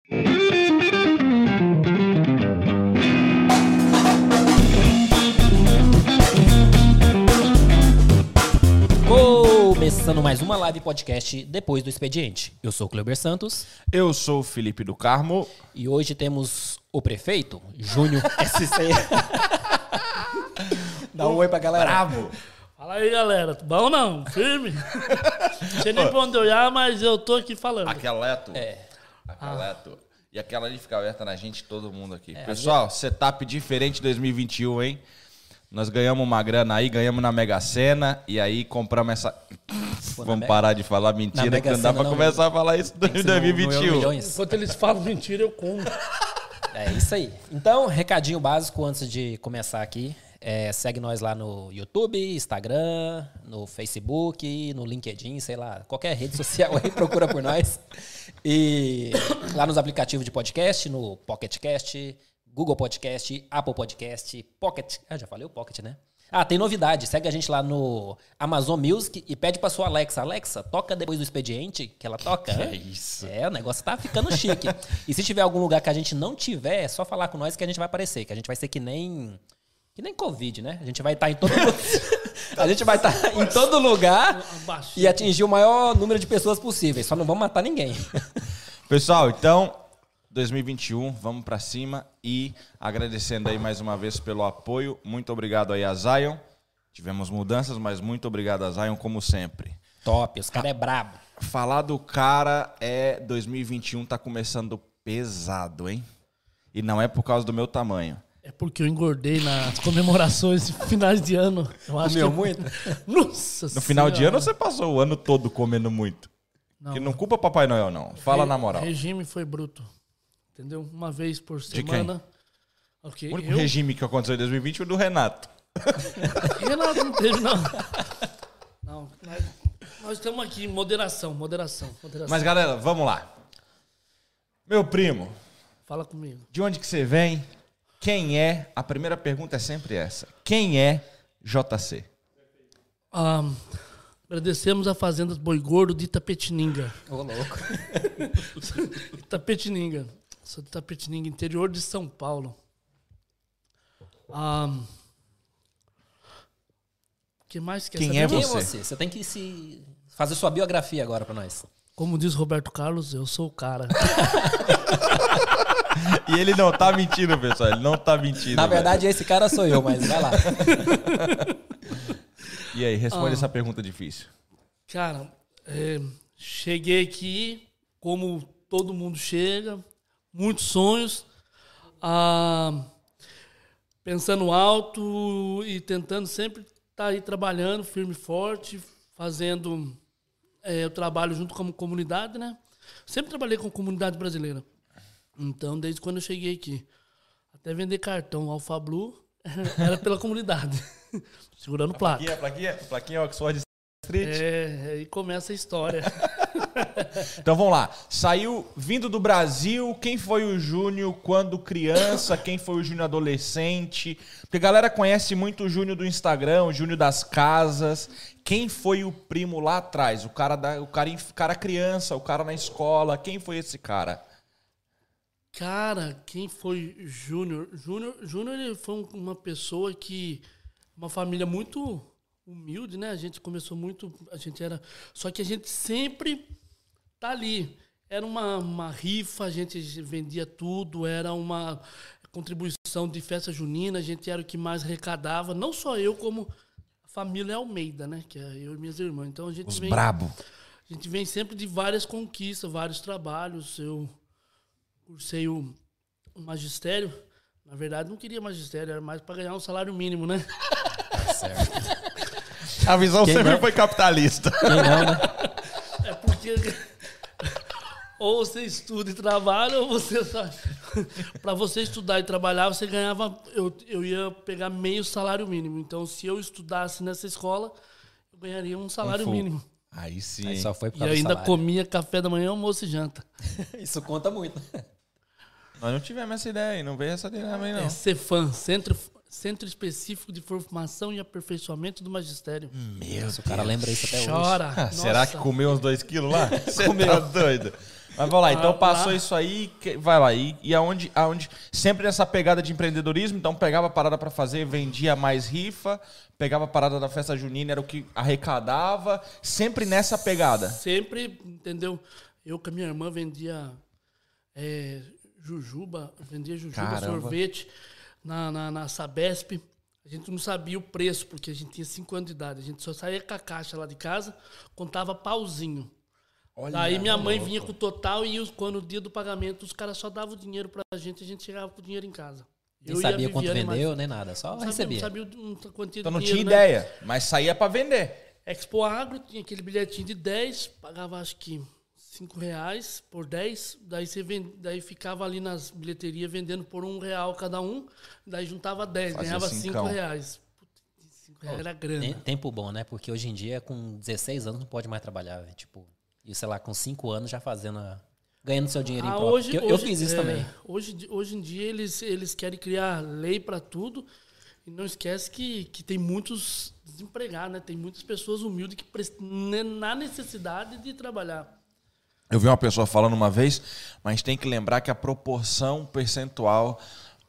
Começando mais uma live podcast depois do expediente. Eu sou o Cleber Santos. Eu sou o Felipe do Carmo. E hoje temos o prefeito, Júnior SC. Dá um oi pra galera. Bravo. Fala aí, galera. Bom ou não? Firme? Não sei nem pra onde olhar, mas eu tô aqui falando. Aqueleto. Aqueleto. E aquela ali fica aberta na gente, todo mundo aqui. Pessoal, setup diferente 2021, hein? Nós ganhamos uma grana aí, ganhamos na Mega Sena e aí compramos essa... Vamos parar de falar mentira, que não dá pra começar a falar isso em 2021. Enquanto eles falam mentira, eu como. É isso aí. Então, recadinho básico antes de começar aqui. Segue nós lá no YouTube, Instagram, no Facebook, no LinkedIn, sei lá, qualquer rede social aí, procura por nós. E lá nos aplicativos de podcast, no Pocket Cast, Google Podcast, Apple Podcast, Pocket... já falei o Pocket, né? Tem novidade. Segue a gente lá no Amazon Music e pede pra sua Alexa. Alexa, toca depois do expediente, que ela toca. Que é isso? O negócio tá ficando chique. E se tiver algum lugar que a gente não tiver, é só falar com nós que a gente vai aparecer. Que a gente vai ser que nem Covid, né? A gente vai estar em todo lugar. A gente vai estar em todo lugar e atingir o maior número de pessoas possíveis. Só não vamos matar ninguém. Pessoal, então... 2021, vamos pra cima e agradecendo aí mais uma vez pelo apoio. Muito obrigado aí a Zion. Tivemos mudanças, mas muito obrigado a Zion como sempre. Top, os caras é brabo. Falar do cara 2021 tá começando pesado, hein? E não é por causa do meu tamanho. É porque eu engordei nas comemorações de finais de ano. Eu acho Comeu muito? Nossa No final de ano você passou o ano todo comendo muito. Não, que não culpa Papai Noel, não. Fala na moral. O regime foi bruto. Entendeu? Uma vez por semana. De quem? Okay. O único regime que aconteceu em 2020 foi do Renato. Renato não teve, não. Não, nós estamos aqui em moderação. Mas, galera, vamos lá. Meu primo. Fala comigo. De onde que você vem? Quem é? A primeira pergunta é sempre essa. Quem é JC? Agradecemos a Fazendas Boi Gordo de Itapetininga. Ô, louco. Itapetininga. Sou de Itapetininga, interior de São Paulo. O que mais quer Quem saber? é Quem é você? você? Você tem que fazer sua biografia agora pra nós. Como diz Roberto Carlos, eu sou o cara. E ele não tá mentindo, pessoal. Ele não tá mentindo. Na verdade, esse cara sou eu, mas vai lá. E aí, responde essa pergunta difícil. Cara, cheguei aqui, como todo mundo chega, muitos sonhos, pensando alto e tentando sempre estar aí trabalhando firme e forte, fazendo o trabalho junto com a comunidade, né? Sempre trabalhei com a comunidade brasileira. Então, desde quando eu cheguei aqui, até vender cartão Alfa Blue era pela comunidade. Segurando placa. Plaquinha Oxford Street. Aí começa a história. Então vamos lá. Saiu vindo do Brasil. Quem foi o Júnior quando criança? Quem foi o Júnior adolescente? Porque a galera conhece muito o Júnior do Instagram, o Júnior das casas. Quem foi o primo lá atrás? O cara criança, o cara na escola. Quem foi esse cara? Cara, quem foi Júnior? Júnior ele foi uma pessoa que... Uma família muito humilde, né? A gente começou muito... Só que a gente sempre tá ali. Era uma rifa, a gente vendia tudo, era uma contribuição de festa junina, a gente era o que mais arrecadava. Não só eu, como a família Almeida, né? Que é eu e minhas irmãs. Então a gente brabo. A gente vem sempre de várias conquistas, vários trabalhos. Eu cursei o magistério. Na verdade, não queria magistério, era mais para ganhar um salário mínimo, né? Certo. A visão sempre foi capitalista. Quem não, né? É porque ou você estuda e trabalha, ou você só... Para você estudar e trabalhar, você ganhava... Eu ia pegar meio salário mínimo. Então, se eu estudasse nessa escola, eu ganharia um salário mínimo. Aí sim. Aí só foi por E causa do ainda salário. comia café da manhã, almoço e janta. Isso conta muito. Nós não tivemos essa ideia aí, não veio essa ideia também, não. Cefam, Centro Específico de Formação e Aperfeiçoamento do Magistério. Meu, o cara lembra isso até hoje. Chora. Será que Nossa. comeu uns 2 quilos lá? Você tá doido? Mas vamos lá, então passou isso aí, vai lá. E aonde sempre nessa pegada de empreendedorismo, então pegava a parada pra fazer, vendia mais rifa, pegava a parada da festa junina, era o que arrecadava, sempre nessa pegada. Sempre, entendeu? Eu com a minha irmã vendia Caramba. sorvete na Sabesp. A gente não sabia o preço, porque a gente tinha 5 anos de idade. A gente só saía com a caixa lá de casa, contava pauzinho. Olha, Daí minha mãe vinha com o total e quando o dia do pagamento, os caras só davam o dinheiro pra gente e a gente chegava com o dinheiro em casa. Nem sabia quanto vendeu, nem nada. Só recebia. Não sabia quantia Então de não tinha dinheiro, né? ideia, mas saía pra vender. Expo Agro tinha aquele bilhetinho de 10, pagava acho que R$5 por 10, daí ficava ali nas bilheterias vendendo por R$1 cada um, daí juntava 10, Fazia ganhava cincão. R$5. R$5 era grana. Tempo bom, né? Porque hoje em dia, com 16 anos, não pode mais trabalhar, velho. Tipo, e sei lá, com 5 anos já ganhando seu dinheirinho próprio. Porque eu fiz isso também. Hoje em dia eles querem criar lei para tudo e não esquece que tem muitos desempregados, né? Tem muitas pessoas humildes que na necessidade de trabalhar. Eu vi uma pessoa falando uma vez, mas tem que lembrar que a proporção percentual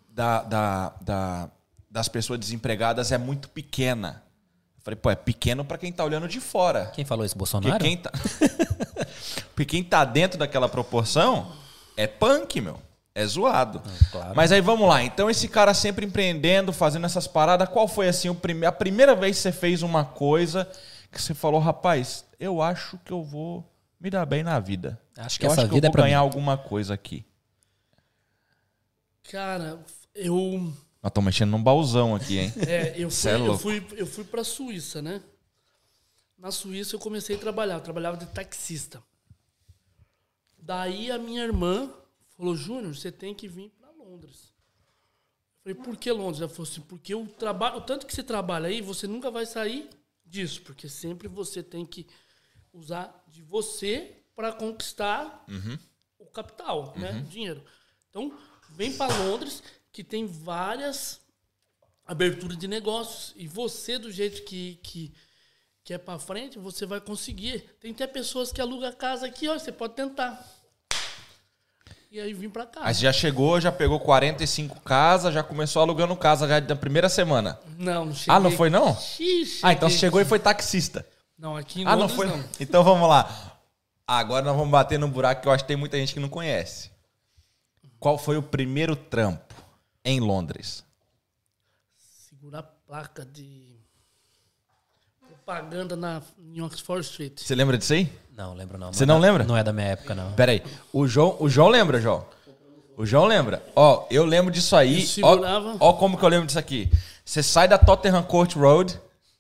das pessoas desempregadas é muito pequena. Eu falei, pô, é pequeno para quem tá olhando de fora. Quem falou isso? Bolsonaro? Porque quem tá dentro daquela proporção é punk, meu. É zoado. Claro. Mas aí vamos lá. Então esse cara sempre empreendendo, fazendo essas paradas, qual foi assim a primeira vez que você fez uma coisa que você falou, rapaz, eu acho que eu vou me dar bem na vida. Acho que essa vida é pra mim. Ganhar alguma coisa aqui. Cara, eu Nós estamos mexendo num baúzão aqui, hein? eu fui pra Suíça, né? Na Suíça eu comecei a trabalhar. Eu trabalhava de taxista. Daí a minha irmã falou, Júnior, você tem que vir para Londres. Eu falei, por que Londres? Ela falou assim, porque o tanto que você trabalha aí, você nunca vai sair disso. Porque sempre você tem que usar de você para conquistar o capital, né? O dinheiro. Então, vem para Londres, que tem várias aberturas de negócios. E você, do jeito que é para frente, você vai conseguir. Tem até pessoas que alugam a casa aqui, ó, você pode tentar. E aí vim para cá. Aí você já chegou, já pegou 45 casas, já começou alugando casa já da primeira semana. Não cheguei. Ah, não foi não? Cheguei. Ah, então você chegou e foi taxista. Não, aqui em Ah, não Londres foi? não. Então vamos lá. Agora nós vamos bater no buraco que eu acho que tem muita gente que não conhece. Qual foi o primeiro trampo em Londres? Segurar placa de propaganda em Oxford Street. Você lembra disso aí? Não, lembro não. Você não lembra? Não é da minha época, não. Pera aí. O João lembra, João? O João lembra? Ó, eu lembro disso aí. Eu segurava. Ó como que eu lembro disso aqui. Você sai da Tottenham Court Road,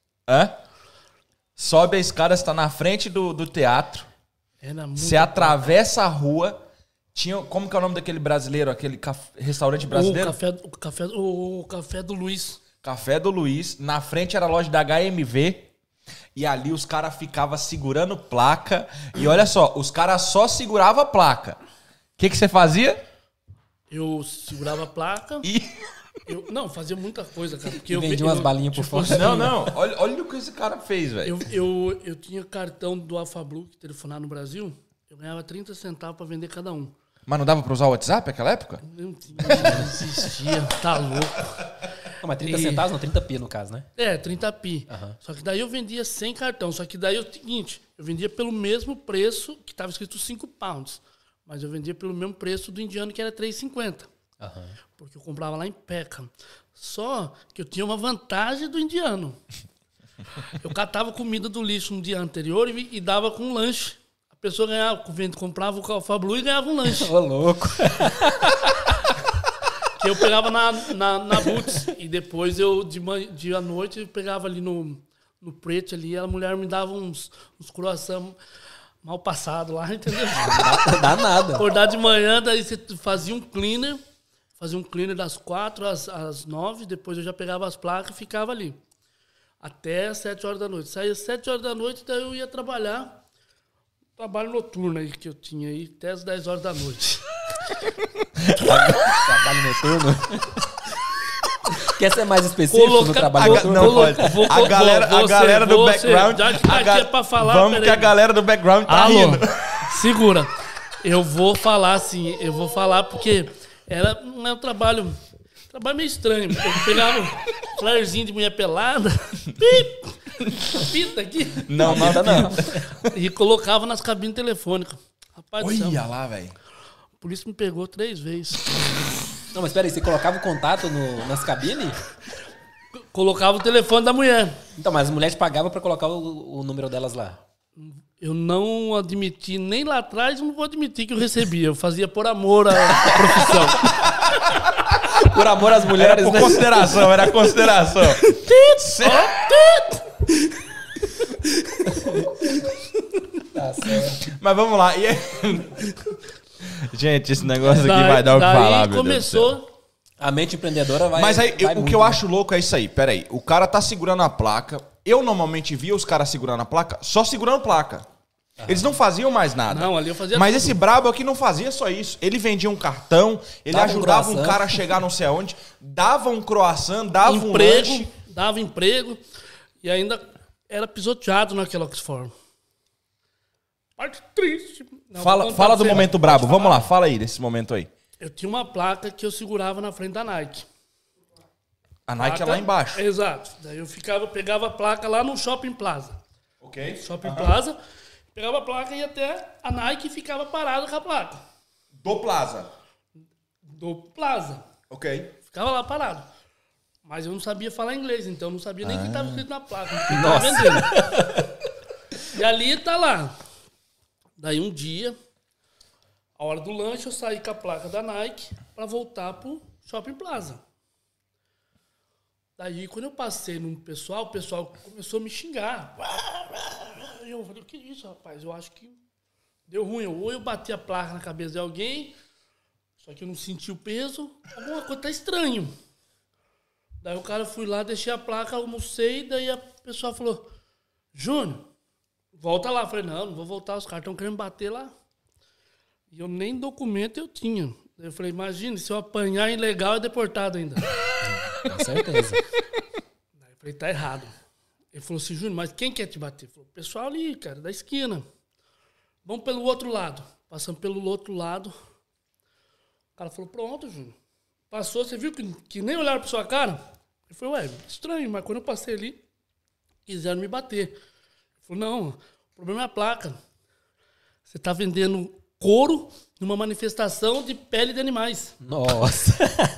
sobe a escada, você tá na frente do teatro. Era muito Você atravessa a rua. Tinha, como que é o nome daquele brasileiro, aquele restaurante brasileiro? O café do Luiz. Café do Luiz. Na frente era a loja da HMV. E ali os caras ficavam segurando placa. E olha só, os caras só seguravam a placa. O que você fazia? Eu segurava a placa. Não, fazia muita coisa, cara. Porque eu vendia umas balinhas por fora. Não. Olha o que esse cara fez, velho. Eu tinha cartão do AlphaBlue, que telefonar no Brasil. Eu ganhava 30 centavos pra vender cada um. Mas não dava pra usar o WhatsApp naquela época? Não existia, tá louco. Não, mas 30 centavos, não, 30 pi no caso, né? 30 pi. Só que daí eu vendia sem cartão. Só que daí é o seguinte, eu vendia pelo mesmo preço que estava escrito 5 pounds. Mas eu vendia pelo mesmo preço do indiano, que era 3,50. Porque eu comprava lá em Peckham. Só que eu tinha uma vantagem do indiano. Eu catava comida do lixo no dia anterior e dava com um lanche. A pessoa ganhava, comprava o AlphaBlue e ganhava um lanche. Ô, louco. Que eu pegava na Boots. E depois eu, de à noite, eu pegava ali no preto ali. A mulher me dava uns croissants mal passados lá, entendeu? Dá nada. Acordar de manhã, daí você fazia um cleaner. Fazia um cleaner das 4 às 9. Depois eu já pegava as placas e ficava ali. Até as 7 horas da noite. Saía às 7 horas da noite, daí eu ia trabalhar. Trabalho noturno aí que eu tinha aí, até as 10 horas da noite. Trabalho noturno. Quer ser mais específico no trabalho? Não pode. A galera do background... Já que tá aqui é pra falar... Vamos que a galera do background tá rindo. Segura. Eu vou falar assim, porque não é um trabalho meio estranho. Eu pegava um flyerzinho de mulher pelada, pita aqui. Não, nada não. E colocava nas cabines telefônicas. Rapaz do céu, Olha lá, velho. a polícia me pegou 3 vezes. Não, mas peraí, você colocava o contato nas cabines? Colocava o telefone da mulher. Então, mas as mulheres pagavam pra colocar o número delas lá. Eu não admiti nem lá atrás, não vou admitir que eu recebia. Eu fazia por amor à profissão. Por amor às mulheres, Era por né? consideração, era consideração. Tá certo. Mas vamos lá. E aí... Gente, esse negócio aqui vai dar o que falar, meu começou. Deus do céu. A mente empreendedora vai... Mas aí, vai o muito, que eu né? acho louco é isso aí. Pera aí, o cara tá segurando a placa. Eu normalmente via os caras segurando a placa, só segurando placa. Eles não faziam mais nada. Não, ali eu fazia Mas tudo. esse brabo aqui não fazia só isso. Ele vendia um cartão, ele Dava um ajudava um croissant. cara a chegar não sei aonde, dava um croissant, dava um lanche. Dava emprego e ainda era pisoteado naquela Oxford. Parte triste. Não, vou contar Fala pra do você. momento brabo. Vamos lá, fala aí desse momento aí. Eu tinha uma placa que eu segurava na frente da Nike. A Nike é lá embaixo. Exato. Daí eu pegava a placa lá no Shopping Plaza. Ok. Shopping Plaza, pegava a placa e ia até a Nike ficava parada com a placa. Do Plaza. Do Plaza. Ok. Ficava lá parado. Mas eu não sabia falar inglês, então eu não sabia nem o que estava escrito na placa. Não tava Nossa. vendendo. E ali tá lá. Daí um dia, a hora do lanche, eu saí com a placa da Nike para voltar pro Shopping Plaza. Daí, quando eu passei no pessoal, o pessoal começou a me xingar. E eu falei, o que é isso, rapaz? Eu acho que deu ruim. Ou eu bati a placa na cabeça de alguém, só que eu não senti o peso. Alguma coisa tá estranho. Daí o cara fui lá, deixei a placa, almocei, daí a pessoa falou, Júnior, volta lá. Eu falei, não vou voltar, os caras estão querendo bater lá. E eu nem documento eu tinha. Daí eu falei, imagina, se eu apanhar ilegal, é deportado ainda. Com certeza. Daí eu falei, tá errado. Ele falou assim, Júnior, mas quem quer te bater? Ele falou, o pessoal ali, cara, da esquina. Vamos pelo outro lado. Passamos pelo outro lado. O cara falou, pronto, Júnior. Passou, você viu que nem olharam pra sua cara? Ele falou, ué, estranho, mas quando eu passei ali, quiseram me bater. Ele falou, não, o problema é a placa. Você tá vendendo couro numa manifestação de pele de animais. Nossa.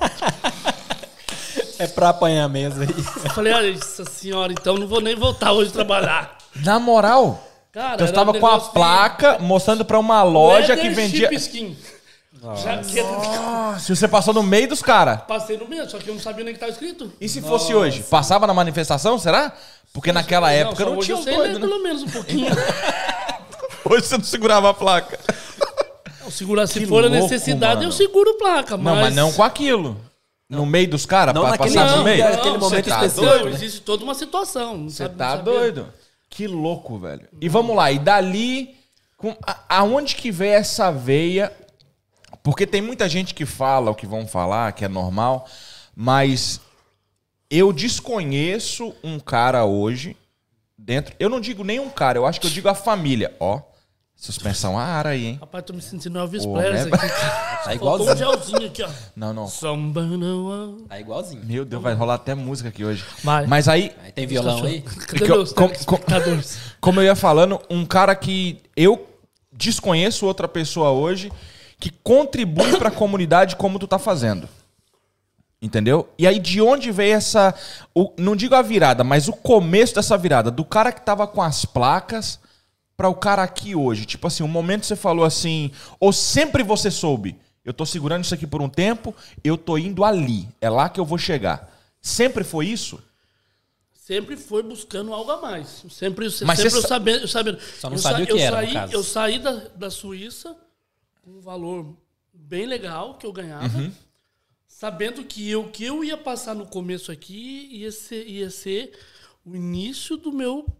É pra apanhar mesmo aí. Eu falei, nossa senhora, então não vou nem voltar hoje trabalhar. Na moral? Cara, Então você era tava um com a negócio de placa mostrando pra uma loja que leather vendia... sheepskin. Jaqueta. Se você passou no meio dos caras. Passei no meio, só que eu não sabia nem o que estava escrito. E se fosse hoje? Passava na manifestação, será? Porque naquela época só não hoje tinha eu os sei doidos, ler né? pelo menos um pouquinho. Hoje você não segurava a placa. Não, segurar, se Que for a louco, necessidade, mano. eu seguro placa, Não, mas não com aquilo. No meio dos caras, Não pra naquele passar no dia, meio? naquele momento Você tá específico. doido? Não, existe toda uma situação. Não Você sabe- tá não sabia. doido? Que louco, velho. E vamos lá, e dali, aonde que veio essa veia? Porque tem muita gente que fala o que vão falar, que é normal, mas eu desconheço um cara hoje dentro... Eu não digo nem um cara, eu acho que eu digo a família. Ó, suspensão a ar aí, hein? Rapaz, tô me sentindo Elvis Pô, Presley né? aqui. Cara. Tá Faltou igualzinho. um gelzinho aqui, ó. Não. Somebody. Tá igualzinho. Meu Deus, vai rolar até música aqui hoje. Vai. Mas aí, Aí tem violão aí? Cadê Que eu- meus com- telespectadores? como eu ia falando, um cara que eu desconheço outra pessoa hoje que contribui para a comunidade como tu tá fazendo. Entendeu? E aí de onde veio essa... não digo a virada, mas o começo dessa virada. Do cara que tava com as placas para o cara aqui hoje. Tipo assim, um momento você falou assim... Ou sempre você soube, eu tô segurando isso aqui por um tempo, eu tô indo ali. É lá que eu vou chegar. Sempre foi isso? Sempre foi buscando algo a mais. Sempre, Mas sempre você eu sabendo. Só não sabia o que era, no caso. Eu saí da Suíça com um valor bem legal que eu ganhava, Uhum. sabendo que o que eu ia passar no começo aqui ia ser o início do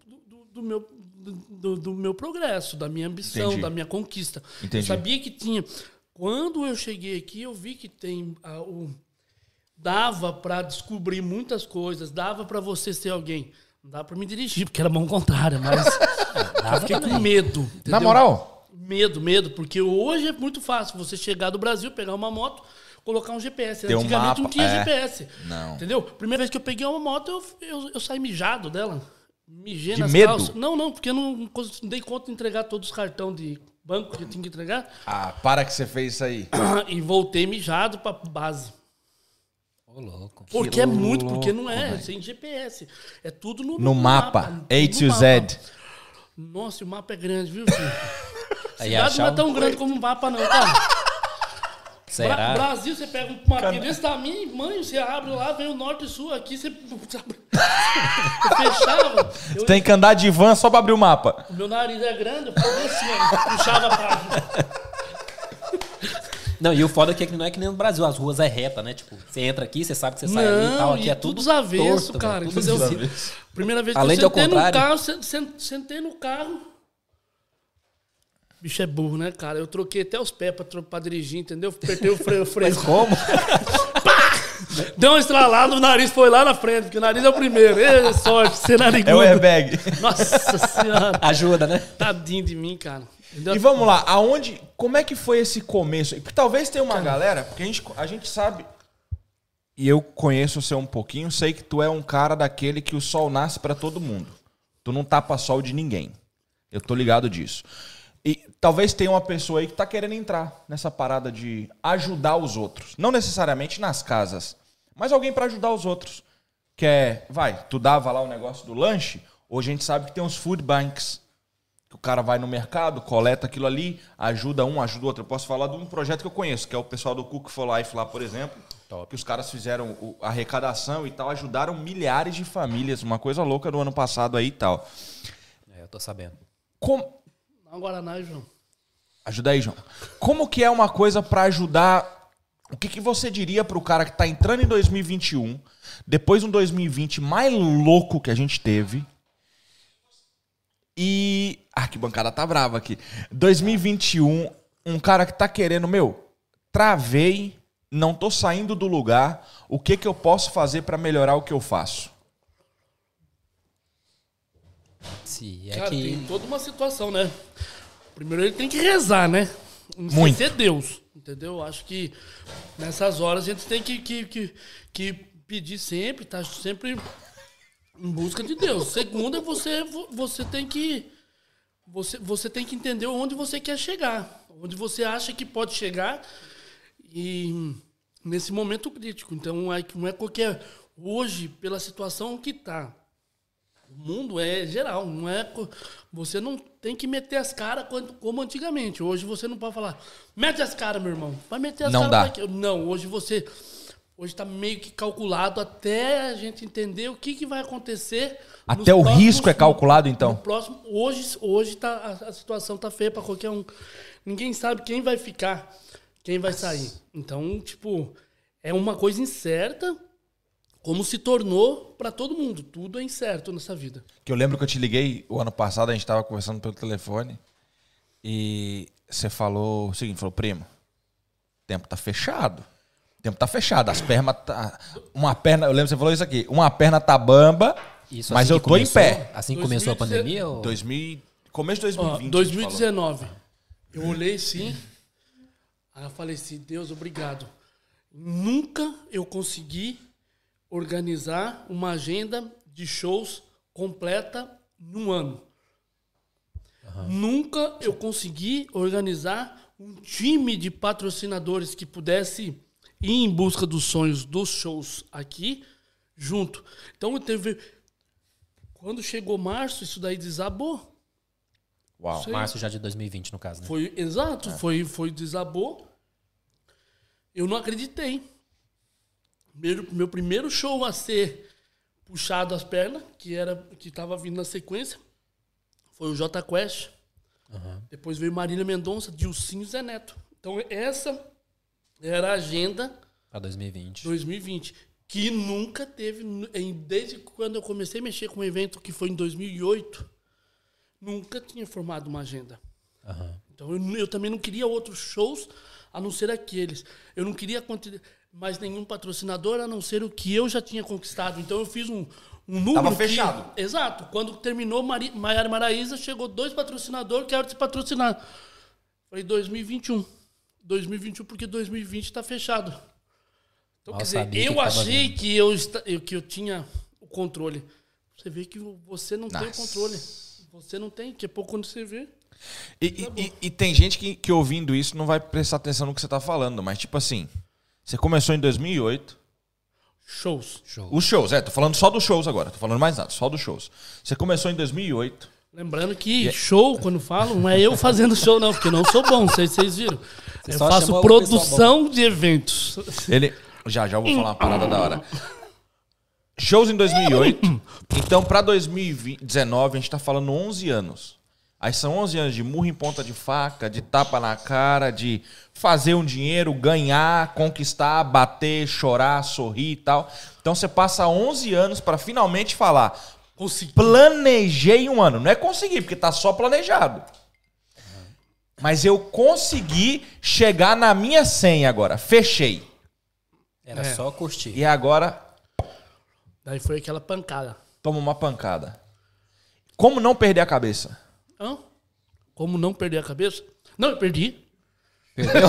meu progresso, da minha ambição, Entendi. da minha conquista. Entendi. Eu sabia que tinha... Quando eu cheguei aqui, eu vi que tem dava pra descobrir muitas coisas, dava pra você ser alguém. Não dava pra me dirigir, porque era mão contrária, mas eu fiquei com medo. Entendeu? Na moral? Medo, porque hoje é muito fácil você chegar do Brasil, pegar uma moto, colocar um GPS. Tem um Antigamente mapa, não tinha GPS. Não. Entendeu? Primeira vez que eu peguei uma moto, eu saí mijado dela. Mijei De nas medo? calças. Não, porque eu não dei conta de entregar todos os cartões de banco que eu tinha que entregar. Ah, para que você fez isso aí. E voltei mijado pra base. Ô, louco. Porque é muito, porque não é sem GPS. É tudo no mapa. tudo A no to mapa. Z. Nossa, e o mapa é grande, viu, filho? Aí Cidade não é achar tão grande como um mapa, não, cara. Será? Brasil, você pega um mapinha desse tamanho, mãe, você abre lá, vem o norte e sul, aqui você fechava. Você tem que andar de van só pra abrir o mapa. O meu nariz é grande, eu fazia assim, ó, puxava a página. Não, e o foda é que não é que nem no Brasil, as ruas é reta, né? Tipo, você entra aqui, você sabe que você sai ali e tal. Aqui é tudo dos avessos, torto, cara. velho, tudo Entendeu? esquisito. Primeira vez Além que de eu ao sentei no contrário. carro, sentei no carro. Bicho é burro, né, cara? Eu troquei até os pés pra dirigir, entendeu? Apertei o freio. Mas como? Deu uma estralada, o nariz foi lá na frente, porque o nariz é o primeiro. Ê, sorte, ser narigudo. É o airbag. Nossa senhora. Ajuda, né? Tadinho de mim, cara. Entendeu? E vamos lá, como é que foi esse começo? Porque talvez tenha uma galera, porque a gente sabe, e eu conheço você um pouquinho, sei que tu é um cara daquele que o sol nasce pra todo mundo. Tu não tapa sol de ninguém. Eu tô ligado disso. E talvez tenha uma pessoa aí que tá querendo entrar nessa parada de ajudar os outros. Não necessariamente nas casas, mas alguém pra ajudar os outros. Que é, tu dava lá o negócio do lanche, hoje a gente sabe que tem uns food banks. Que o cara vai no mercado, coleta aquilo ali, ajuda um, ajuda o outro. Eu posso falar de um projeto que eu conheço, que é o pessoal do Cook for Life lá, por exemplo. Top. Que os caras fizeram a arrecadação e tal, ajudaram milhares de famílias. Uma coisa louca no ano passado aí e tal. É, eu tô sabendo. Dá um Guaraná, João. Ajuda aí, João. Como que é uma coisa pra ajudar... O que você diria pro cara que tá entrando em 2021, depois de um 2020 mais louco que a gente teve... E... que bancada tá brava aqui. 2021, um cara que tá querendo, travei, não tô saindo do lugar, o que eu posso fazer pra melhorar o que eu faço? Sim, Cara, tem toda uma situação, né? Primeiro ele tem que rezar, né? Não Muito. ser Deus, entendeu? Eu acho que nessas horas a gente tem que pedir sempre, tá sempre em busca de Deus. Segundo é você tem que entender onde você quer chegar, onde você acha que pode chegar e nesse momento crítico. Então não é qualquer... Hoje, pela situação que tá, o mundo é geral, não é... Você não tem que meter as caras como antigamente. Hoje você não pode falar, mete as caras, meu irmão. Vai meter as caras. Não dá. Não, hoje está meio que calculado até a gente entender o que vai acontecer. Até o risco é calculado, então? Hoje a situação tá feia para qualquer um. Ninguém sabe quem vai ficar, quem vai sair. Então, tipo, é uma coisa incerta, como se tornou para todo mundo. Tudo é incerto nessa vida. Que eu lembro que eu te liguei o ano passado, a gente estava conversando pelo telefone e você falou o seguinte, primo, o tempo tá fechado. O tempo tá fechado, as pernas tá... Uma perna, eu lembro que você falou isso aqui, uma perna tá bamba, isso mas assim eu tô em pé. Assim que começou a pandemia? Ou... Começo de 2020. 2019. Eu olhei sim, aí eu falei assim, Deus, obrigado. Nunca eu consegui organizar uma agenda de shows completa num ano. Uhum. Nunca eu consegui organizar um time de patrocinadores que pudesse ir em busca dos sonhos dos shows aqui junto. Então, quando chegou março, isso daí desabou. Uau. Março já de 2020, no caso, né? Foi, exato, foi desabou. Eu não acreditei. Meu primeiro show a ser puxado as pernas, que estava vindo na sequência, foi o J Quest. Uhum. Depois veio Marília Mendonça, Dilcinho e Zé Neto. Então essa era a agenda para 2020. Que nunca teve, desde quando eu comecei a mexer com um evento que foi em 2008, nunca tinha formado uma agenda. Uhum. Então eu também não queria outros shows a não ser aqueles. Eu não queria mais nenhum patrocinador a não ser o que eu já tinha conquistado. Então eu fiz um número. Tava fechado. Exato. Quando terminou Maiara e Maraísa, chegou 2 patrocinadores, quero te patrocinar. Falei 2021. 2021 porque 2020 está fechado. Então, quer dizer, eu achei que eu tinha o controle. Você vê que você não tem o controle. Você não tem, que é pouco quando você vê. E tem gente que ouvindo isso não vai prestar atenção no que você tá falando, mas tipo assim, você começou em 2008. Shows. Os shows, tô falando só dos shows agora, tô falando mais nada, só dos shows. Você começou em 2008. Lembrando que show, quando falo, não é eu fazendo show não, porque eu não sou bom, não sei se vocês viram. Eu faço produção de eventos. Já eu vou falar uma parada da hora. Shows em 2008. Então, pra 2019, a gente tá falando 11 anos. Aí são 11 anos de murro em ponta de faca, de tapa na cara, de fazer um dinheiro, ganhar, conquistar, bater, chorar, sorrir e tal. Então, você passa 11 anos pra finalmente falar, planejei um ano. Não é conseguir, porque tá só planejado. Mas eu consegui chegar na minha senha agora. Fechei. Era só curtir. E agora... Daí foi aquela pancada. Toma uma pancada. Como não perder a cabeça? Hã? Como não perder a cabeça? Não, eu perdi. Perdeu?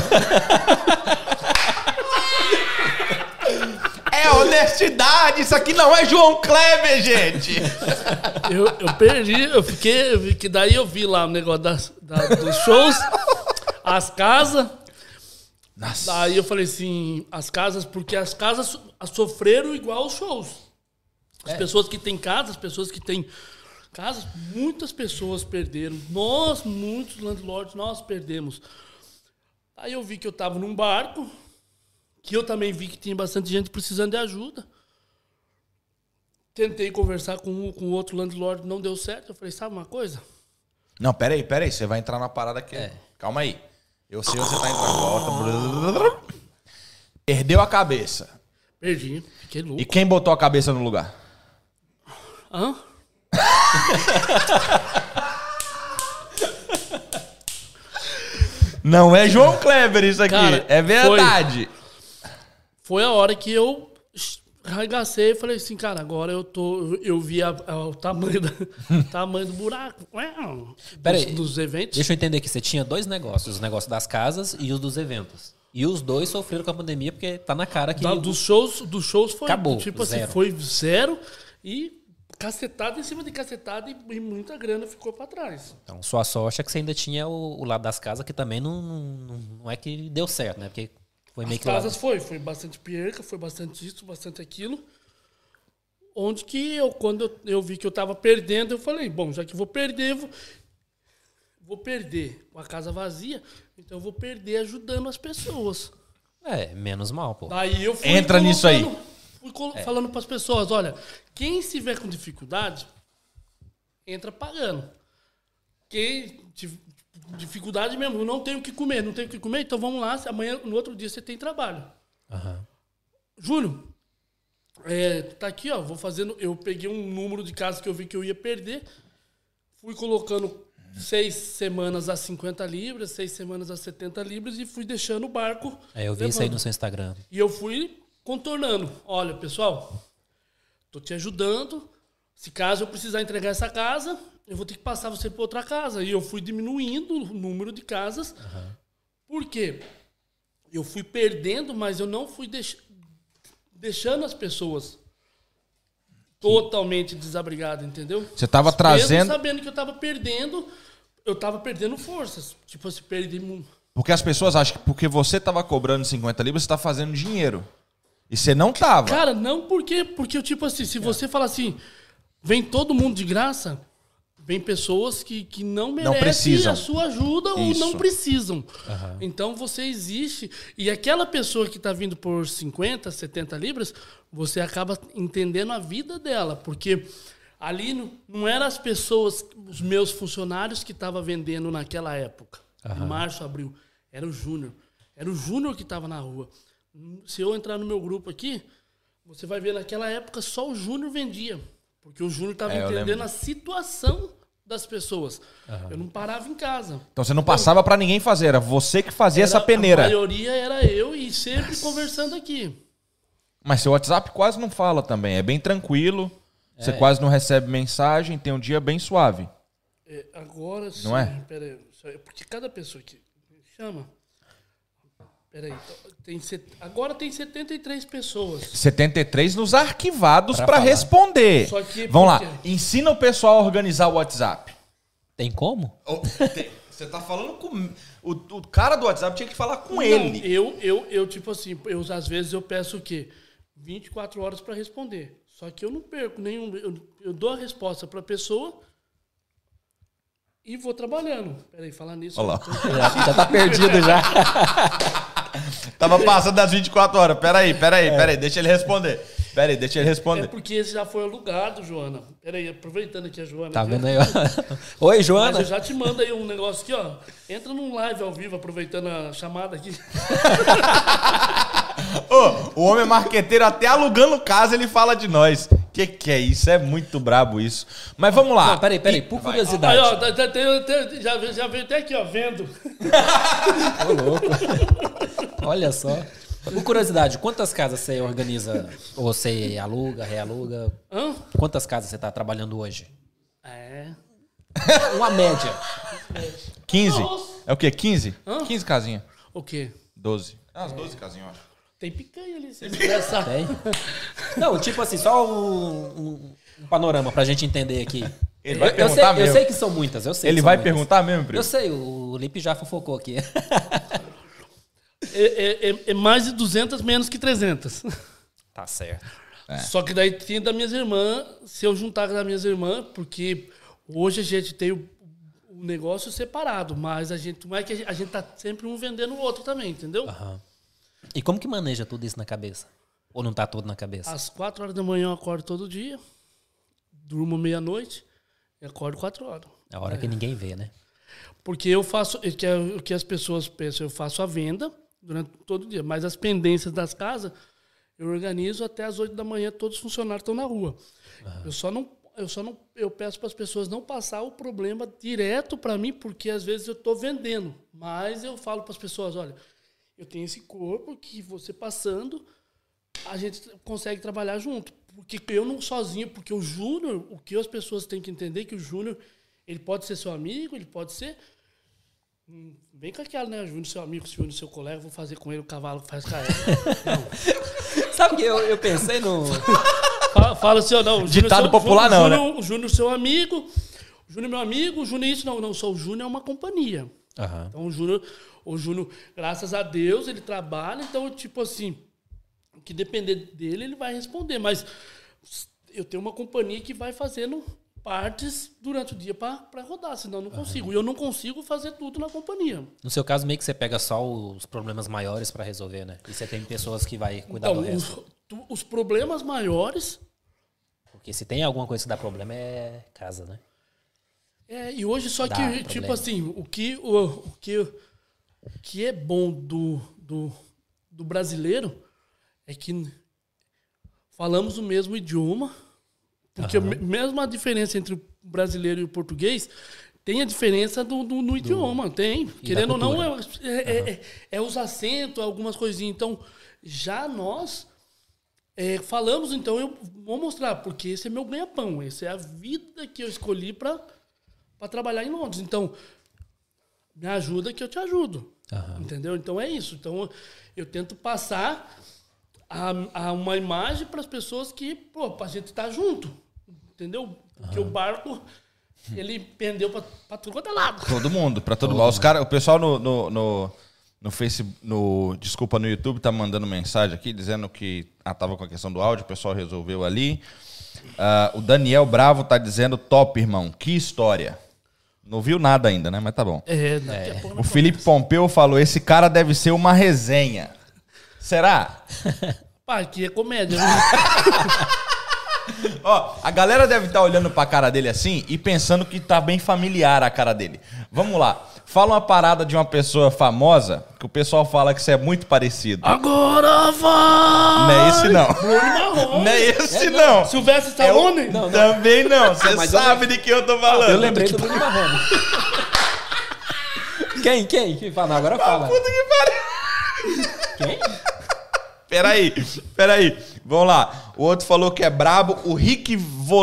É honestidade, isso aqui não é João Kleber, gente. Eu perdi, eu fiquei, daí eu vi lá o negócio dos shows, as casas. Nossa. Daí eu falei assim, as casas, porque as casas sofreram igual os shows. As pessoas que têm casas, as pessoas que têm casas, muitas pessoas perderam. Nós, muitos landlords, nós perdemos. Aí eu vi que eu tava num barco, que eu também vi que tinha bastante gente precisando de ajuda. Tentei conversar com outro landlord, não deu certo. Eu falei, sabe uma coisa? Não, peraí, você vai entrar na parada aqui. Calma aí. Eu sei onde você tá entrando. Volta. Perdeu a cabeça. Perdi, fiquei louco. E quem botou a cabeça no lugar? Hã? Não é João Kleber isso aqui. Cara, é verdade. Foi a hora que eu arregacei e falei assim, cara, agora eu vi o tamanho, tamanho do buraco. Peraí, dos eventos. Deixa eu entender aqui, você tinha 2 negócios, o negócio das casas e os dos eventos. E os 2 sofreram com a pandemia porque tá na cara que... Dos shows foi, acabou, tipo zero. assim, foi 0 e cacetada em cima de cacetada e muita grana ficou pra trás. Então, sua sorte é que você ainda tinha o lado das casas, que também não é que deu certo, né? Porque foi meio As que lá. casas foi bastante perca, foi bastante isso, bastante aquilo. Onde que quando eu vi que eu tava perdendo, eu falei, bom, já que eu vou perder, vou perder com a casa vazia, então eu vou perder ajudando as pessoas. Menos mal, pô. Daí eu fui Entra nisso aí. Falando para as pessoas, olha, quem estiver com dificuldade, entra pagando. Quem dificuldade mesmo, eu não tenho o que comer, então vamos lá, amanhã, no outro dia você tem trabalho. Uhum. Júnior, tá aqui, ó, eu peguei um número de casas que eu vi que eu ia perder, fui colocando 6 semanas a 50 libras, 6 semanas a 70 libras e fui deixando o barco. Eu vi isso aí no seu Instagram. E eu fui contornando. Olha, pessoal, tô te ajudando. Se caso eu precisar entregar essa casa, eu vou ter que passar você para outra casa. E eu fui diminuindo o número de casas. Uhum. Por quê? Eu fui perdendo, mas eu não fui deixando as pessoas totalmente desabrigadas, entendeu? Você tava trazendo... Mesmo sabendo que eu tava perdendo forças. Tipo, se perdi... Porque as pessoas acham que porque você tava cobrando 50 libras, você tá fazendo dinheiro. E você não tava. Cara, não porque tipo assim, se você fala assim, vem todo mundo de graça, vem pessoas que não merecem a sua ajuda ou não precisam. Uhum. Então você existe. E aquela pessoa que tá vindo por 50, 70 libras, você acaba entendendo a vida dela. Porque ali não eram as pessoas, os meus funcionários que estavam vendendo naquela época. Uhum. Em março, abril. Era o Júnior. Era o Júnior que estava na rua. Se eu entrar no meu grupo aqui, você vai ver naquela época só o Júnior vendia. Porque o Júnior estava entendendo a situação das pessoas. Eu não parava em casa. Então você não passava pra ninguém fazer, era você que fazia essa peneira. A maioria era eu e sempre conversando aqui. Mas seu WhatsApp quase não fala também, é bem tranquilo. Você quase não recebe mensagem, tem um dia bem suave. Agora sim. Não é? Pera aí, porque cada pessoa que me chama... Peraí, agora tem 73 pessoas. 73 nos arquivados para responder. Só que vamos lá, ensina o pessoal a organizar o WhatsApp. Tem como? Você tá falando com... O cara do WhatsApp tinha que falar com ele. Eu tipo assim, às vezes eu peço o quê? 24 horas para responder. Só que eu não perco nenhum... Eu dou a resposta para a pessoa... E vou trabalhando. Peraí, falar nisso... Olha lá. Já tá perdido já. Tava passando das 24 horas. Peraí, deixa ele responder. É porque esse já foi alugado, Joana. Peraí, aproveitando aqui a Joana. Tá aqui, vendo aí, ó. Oi, Joana. Mas eu já te mando aí um negócio aqui, ó. Entra num live ao vivo, aproveitando a chamada aqui. O homem é marqueteiro, até alugando casa ele fala de nós. Que é isso? É muito brabo isso. Mas vamos lá. Não, peraí, por curiosidade. Aí, ó, já veio até aqui, ó, vendo. Ô, louco. Olha só. Por curiosidade, quantas casas você organiza? Ou você aluga, realuga? Quantas casas você tá trabalhando hoje? Uma média. 15? É o quê? 15? 15 casinhas. O quê? 12. Umas 12 casinhas, eu acho. Tem picanha ali, se quiser. Tem? Não, tipo assim, só um panorama pra gente entender aqui. Ele vai perguntar mesmo. Eu sei que são muitas, eu sei. Ele vai perguntar mesmo, primo? Eu sei, o Lipe já fofocou aqui. É mais de 200, menos que 300. Tá certo. Só que daí tem das minhas irmãs, se eu juntar com as minhas irmãs, porque hoje a gente tem o negócio separado, mas a gente não é que a gente tá sempre um vendendo o outro também, entendeu? E como que maneja tudo isso na cabeça? Ou não tá tudo na cabeça? Às 4 horas da manhã eu acordo todo dia, durmo meia-noite e acordo 4 horas. É a hora que ninguém vê, né? Porque eu faço, o que as pessoas pensam, eu faço a venda durante todo o dia, mas as pendências das casas eu organizo até às 8 da manhã, todos os funcionários estão na rua. Eu peço para as pessoas não passar o problema direto para mim, porque às vezes eu estou vendendo, mas eu falo para as pessoas, olha, eu tenho esse corpo que você passando, a gente consegue trabalhar junto. Porque eu não sozinho, porque o Júnior, o que as pessoas têm que entender é que o Júnior, ele pode ser seu amigo, ele pode ser... Vem com aquela, né? O Júnior, seu amigo, o Júnior, seu colega, vou fazer com ele o cavalo que faz caé. Sabe que eu pensei no... Fala assim, ó, não. Ditado popular não, né? O Júnior, seu amigo, o Júnior, meu amigo, o Júnior isso, não, só o Júnior é uma companhia. Então o Júnior, graças a Deus, ele trabalha, então, tipo assim, o que depender dele, ele vai responder. Mas eu tenho uma companhia que vai fazendo partes durante o dia para rodar, senão eu não consigo. E eu não consigo fazer tudo na companhia. No seu caso, meio que você pega só os problemas maiores para resolver, né? E você tem pessoas que vai cuidar do resto. Os problemas maiores... Porque se tem alguma coisa que dá problema, é casa, né? E hoje só Dá que, problema. tipo assim, o que é bom do brasileiro é que falamos o mesmo idioma, porque mesmo a diferença entre o brasileiro e o português, tem a diferença no idioma, tem. Querendo ou não, é os acentos, algumas coisinhas. Então, já nós falamos, então eu vou mostrar, porque esse é meu ganha-pão, essa é a vida que eu escolhi para trabalhar em Londres. Então, me ajuda que eu te ajudo. Entendeu? Então é isso. Então eu tento passar uma imagem para as pessoas que, a gente tá junto. Entendeu? Porque o barco, ele pendeu para tudo quanto é lado. Todo mundo, para todo mundo. O pessoal no Facebook, desculpa, no YouTube tá mandando mensagem aqui dizendo que tava com a questão do áudio, o pessoal resolveu ali. O Daniel Bravo tá dizendo top, irmão. Que história. Não viu nada ainda, né? Mas tá bom. Daqui a pouco O Felipe Pompeu falou, esse cara deve ser uma resenha. Será? Pá, aqui é comédia. Né? Ó, a galera deve estar olhando pra cara dele assim e pensando que tá bem familiar a cara dele. Vamos lá. Fala uma parada de uma pessoa famosa que o pessoal fala que você é muito parecido. Agora vai! Não é esse, não. Bruno Marrone. Não é esse, não. Silvestre Stallone? Não. Também não. Você mas sabe de que eu tô falando. Eu lembrei do Bruno Marrone. Quem? Que fala? Não, agora fala. Puta que pariu. Quem? Peraí. Vamos lá. O outro falou que é brabo. O Rick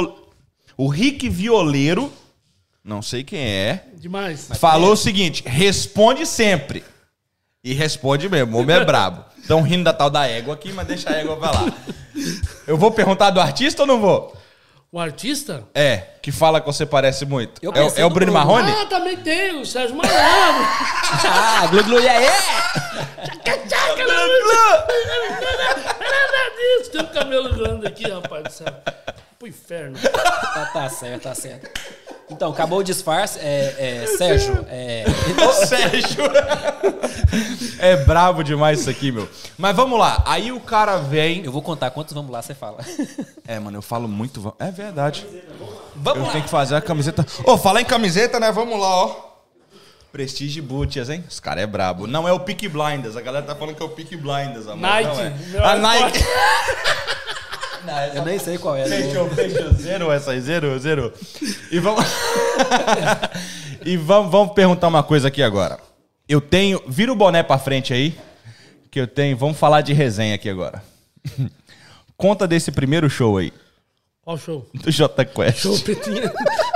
Violeiro, não sei quem é, Demais. falou o seguinte: responde sempre. E responde mesmo, o homem é brabo. Estão rindo da tal da égua aqui, mas deixa a égua pra lá. Eu vou perguntar do artista ou não vou? O artista? É, que fala que você parece muito. Eu É pensei o no Bruno Bruno. Marrone? Ah, também tem, o Sérgio Malandro. Ah, glu, e aí? Nada disso, tem um cabelo grande aqui, rapaz do céu. Pro inferno. Tá certo. Então, acabou o disfarce. Sérgio, Sérgio. É brabo demais isso aqui, meu. Mas vamos lá. Aí o cara vem. eu vou contar quantos vamos lá, você fala. É, mano, eu falo muito. É verdade. Vamos Eu lá. tenho que fazer a camiseta. Ô, falar em camiseta, né? Vamos lá, ó. Prestige Butias, hein? Os caras é brabo. Não é o Peaky Blinders. A galera tá falando que é o Peaky Blinders, amor. Nike. Não é. Meu A iPhone. Nike. Eu nem sei qual é. Fechou. Zero essa aí, zero. E vamos... e vamos perguntar uma coisa aqui agora. Eu tenho... Vira o boné pra frente aí. Que eu tenho... Vamos falar de resenha aqui agora. Conta desse primeiro show aí. Qual show? Do Jota Quest. Show Pretinha.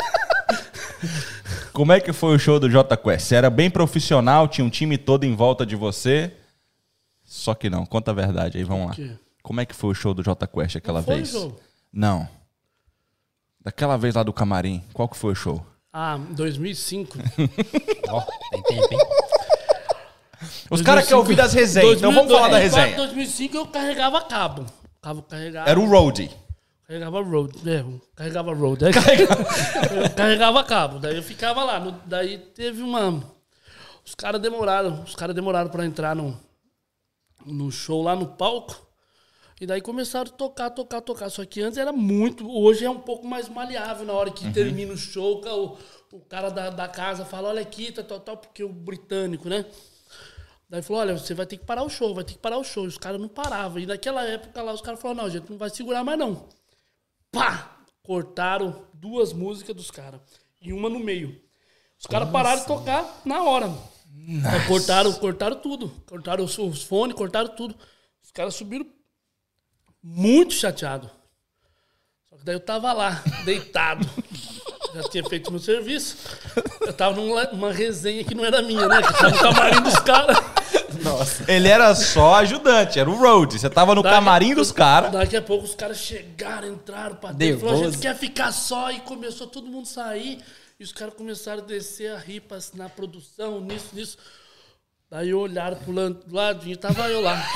Como é que foi o show do Jota Quest? Você era bem profissional, tinha um time todo em volta de você. Só que não, conta a verdade aí, vamos lá. quê? Como é que foi o show do Jota Quest aquela Não foi vez? o show? Não. Daquela vez lá do camarim, qual que foi o show? Ah, 2005. Ó, tem tempo, hein? Os caras querem ouvir das resenhas, então vamos falar da resenha. Em 2005 eu carregava cabo. Carregava... Era o roadie. Carregava road, carregava road. Aí eu carregava cabo, daí eu ficava lá. Daí teve uma... Os caras demoraram pra entrar no show lá no palco. E daí começaram a tocar. Só que antes era muito... Hoje é um pouco mais maleável. Na hora que termina o show, o cara da casa fala, olha aqui, tal, porque o britânico, né? Daí falou, olha, você vai ter que parar o show. E os caras não paravam. E naquela época lá, os caras falaram, não, a gente não vai segurar mais não. Pá! Cortaram 2 músicas dos caras. E uma no meio. Os caras pararam de tocar na hora. Cortaram tudo. Cortaram os fones, cortaram tudo. Os caras subiram muito chateados. Só que daí eu tava lá, deitado. Já tinha feito meu serviço. Eu tava numa resenha que não era minha, né? Que tava no camarim dos caras. Nossa. Ele era só ajudante, era o roadie. Você tava no camarim dos caras. Daqui a pouco os caras chegaram, entraram pra dentro. Falaram, a gente Nervoso. quer ficar só. E começou todo mundo sair. E os caras começaram a descer a ripa na produção, nisso. Daí olharam pro ladinho, tava eu lá.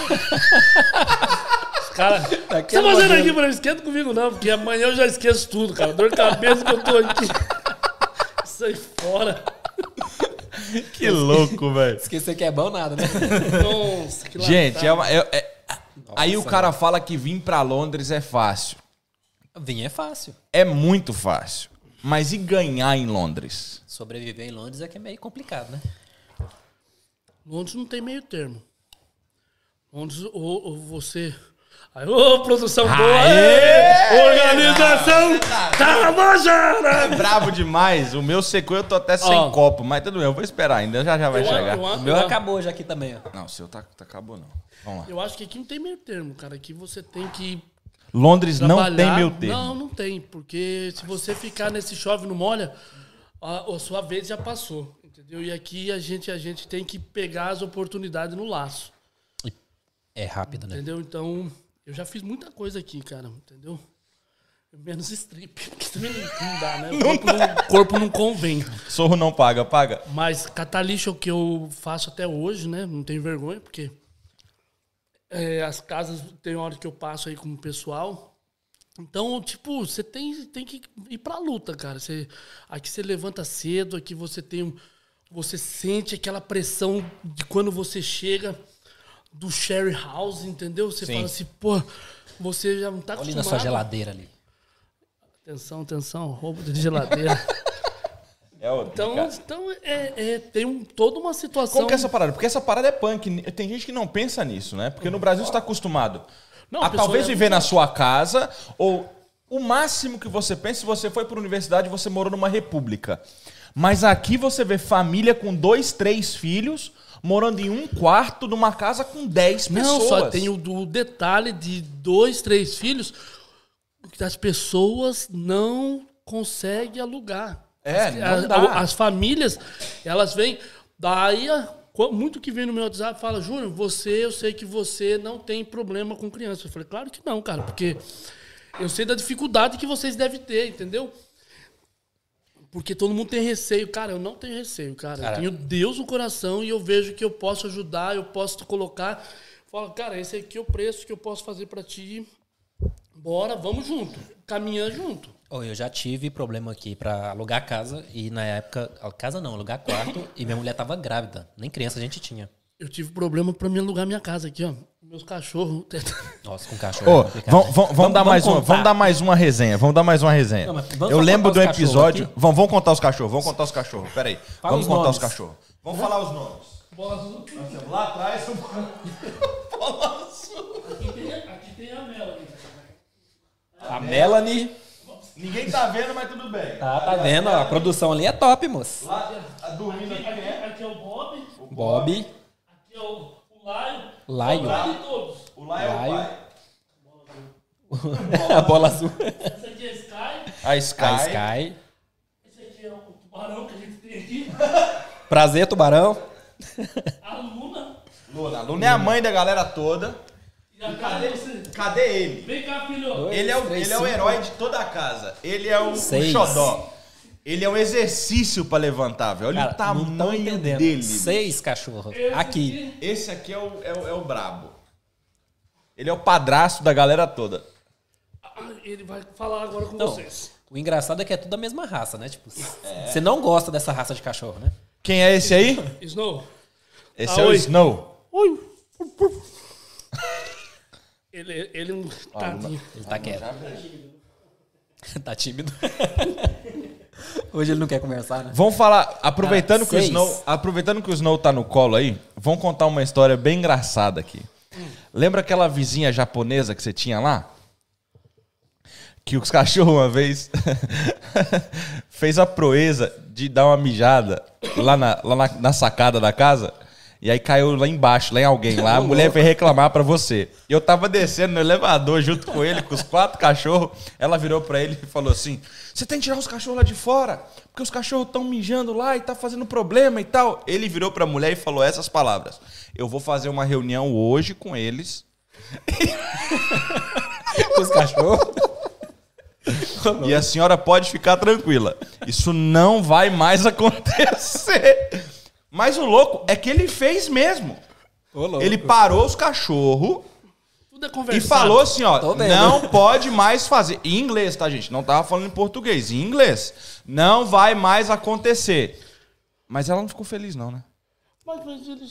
Os caras, o que você tá fazendo aqui? Não esquenta comigo não, porque amanhã eu já esqueço tudo, cara. Dor de cabeça que eu tô aqui. Sai fora. Que louco, velho. Esquecer que é bom nada, né? Nossa, que Gente, lamentável. aí o cara fala que vir pra Londres é fácil. Vir é fácil. É muito fácil. Mas e ganhar em Londres? Sobreviver em Londres é que é meio complicado, né? Londres não tem meio termo. Londres, ou você... Aí, ô, produção boa! Aê! Organização Tabajara! É brabo demais. O meu secou, eu tô até sem Ó. copo. Mas tudo bem, eu vou esperar ainda. Já vai chegar. O meu acabou já aqui também, ó. Não, o seu tá acabou não. Vamos lá. Eu acho que aqui não tem meio termo, cara. Aqui você tem que Londres não trabalhar. tem meu termo. Não tem. Porque se você ficar nesse chove não molha, a sua vez já passou. Entendeu? E aqui a gente tem que pegar as oportunidades no laço. É rápido, né? Entendeu? Então, eu já fiz muita coisa aqui, cara. Entendeu? Menos strip. Porque também não dá, né? O corpo não convém. Sorro não paga, paga. Mas catar lixo é o que eu faço até hoje, né? Não tenho vergonha, porque as casas tem hora que eu passo aí com o pessoal. Então, tipo, você tem que ir pra luta, cara. Aqui você levanta cedo, aqui você sente aquela pressão de quando você chega do share house, entendeu? Você Sim. fala assim, pô, você já não tá Olha ali acostumado. na sua geladeira ali. Atenção, roubo de geladeira. Então tem toda uma situação... Como que é essa parada? Porque essa parada é punk. Tem gente que não pensa nisso, né? Porque no Brasil você está acostumado a talvez viver na sua casa, ou o máximo que você pensa, se você foi para a universidade, você morou numa república. Mas aqui você vê família com 2, 3 filhos morando em um quarto numa casa com 10 pessoas. Não, só tem o detalhe de 2, 3 filhos que as pessoas não conseguem alugar. Não dá. As famílias, elas vêm... Daí, muito que vem no meu WhatsApp fala, Júnior, eu sei que você não tem problema com criança. Eu falei, claro que não, cara, porque eu sei da dificuldade que vocês devem ter, entendeu? Porque todo mundo tem receio. Cara, eu não tenho receio, cara. Eu tenho Deus no coração e eu vejo que eu posso ajudar, eu posso te colocar. Falo, cara, esse aqui é o preço que eu posso fazer pra ti. Bora, vamos junto. Caminhando junto. Eu já tive problema aqui pra alugar casa e na época... Casa não, alugar quarto e minha mulher tava grávida. Nem criança a gente tinha. Eu tive problema pra me alugar minha casa aqui, ó. Meus cachorros... Nossa, com cachorro. Vamos dar mais uma resenha. Vamos dar mais uma resenha. Não, eu lembro do episódio... Vamos contar os cachorros. Peraí. Vamos contar os cachorros. Vamos falar os nomes. Bola azul. Lá atrás... Bola azul. Aqui tem a Melanie. A Melanie... Ninguém tá vendo, mas tudo bem. Tá vendo? A produção ali é top, moço. Lá, dormindo aqui, aqui é o Bob. Bob. Aqui é o Laio. Laio. O pai de todos. O Laio é o pai. A bola azul. Essa aqui é a Sky. A Sky. Esse aqui é o tubarão que a gente tem aqui. Prazer, tubarão. A Luna. A Luna é a mãe da galera toda. Cadê ele? Vem cá, filho. Ele é o herói de toda a casa. Ele é o xodó. Ele é um exercício pra levantar, velho. Olha o tamanho dele. 6 cachorros. Aqui. Esse aqui é o brabo. Ele é o padrasto da galera toda. Ele vai falar agora com vocês. O engraçado é que é tudo a mesma raça, né? Tipo, você não gosta dessa raça de cachorro, né? Quem é esse aí? Snow. Esse é o Snow. Oi. Ele não tá... Ele tá quieto. Tá tímido. Hoje ele não quer conversar, né? Vamos falar, aproveitando que o Snow tá no colo aí, vamos contar uma história bem engraçada aqui. Lembra aquela vizinha japonesa que você tinha lá? Que os cachorros uma vez fez a proeza de dar uma mijada lá na sacada da casa. E aí caiu lá embaixo, lá em alguém. Lá a mulher veio reclamar pra você. E eu tava descendo no elevador junto com ele, com os 4 cachorros. Ela virou pra ele e falou assim, você tem que tirar os cachorros lá de fora, porque os cachorros estão mijando lá e tá fazendo problema e tal. Ele virou pra mulher e falou essas palavras. Eu vou fazer uma reunião hoje com eles. Com os cachorros. E a senhora pode ficar tranquila. Isso não vai mais acontecer. Mas o louco é que ele fez mesmo. Ele parou os cachorros e falou assim, ó, não pode mais fazer. Em inglês, tá, gente? Não tava falando em português. Em inglês. Não vai mais acontecer. Mas ela não ficou feliz, não, né? Mas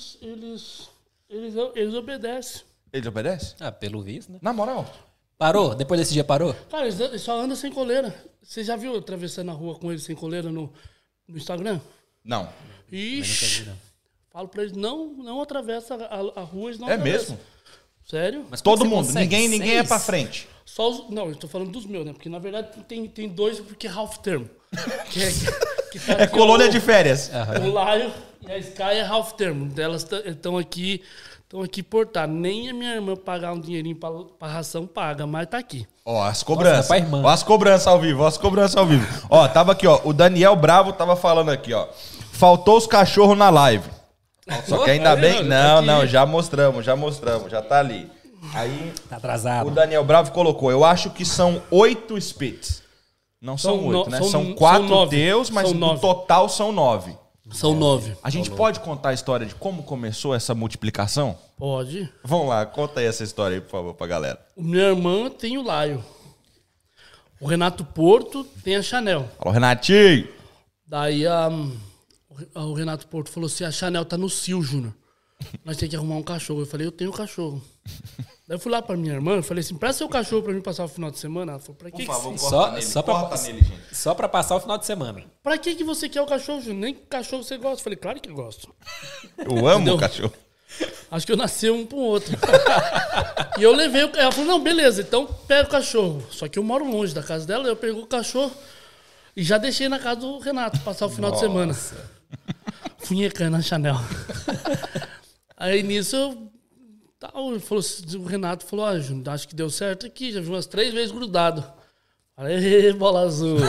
eles obedecem. Ele obedece? Ah, pelo visto, né? Na moral. Parou? Depois desse dia parou? Cara, eles só andam sem coleira. Você já viu eu atravessando a rua com eles sem coleira no Instagram? Não. Ixi. Falo pra eles, não atravessa a rua, eles não atravessam. É mesmo? Sério? Mas todo mundo, ninguém é pra frente. Só não, eu tô falando dos meus, né? Porque na verdade tem 2, porque é half term. Que tá é colônia de férias. O Laio e a Sky é half term. Elas estão aqui portar. Nem a minha irmã pagar um dinheirinho pra ração paga, mas tá aqui. Ó, as cobranças. Ó, as cobranças ao vivo, Ó, tava aqui, ó. O Daniel Bravo tava falando aqui, ó. Faltou os cachorros na live. Só que ainda bem... Não, já mostramos, já tá ali. Aí... Tá atrasado. O Daniel Bravo colocou, eu acho que são 8 spits. Não são 8, né? São 4 teus, mas no total são 9. São 9. A gente pode contar a história de como começou essa multiplicação? Pode. Vamos lá, conta aí essa história aí, por favor, pra galera. Minha irmã tem o Laio. O Renato Porto tem a Chanel. Alô, Renatinho! Daí o Renato Porto falou assim, a Chanel tá no cio, Júnior. Nós temos que arrumar um cachorro. Eu falei, eu tenho um cachorro. Daí eu fui lá pra minha irmã, falei assim, presta seu cachorro pra mim passar o final de semana. Ela falou, pra que Por favor, que corta nele, só pra- corta nele, gente. Só pra passar o final de semana. pra que você quer o cachorro, Júnior? Nem cachorro você gosta. Eu falei, claro que eu gosto. Eu amo Entendeu? o cachorro. Acho que eu nasci um pro outro. E eu levei o... Ela falou, não, beleza, então pega o cachorro. Só que eu moro longe da casa dela, eu peguei o cachorro e já deixei na casa do Renato passar o final de semana. Funhecando na Chanel. Aí nisso, o Renato falou, Júnior, acho que deu certo aqui, já vi umas 3 vezes grudado. Falei, bola azul.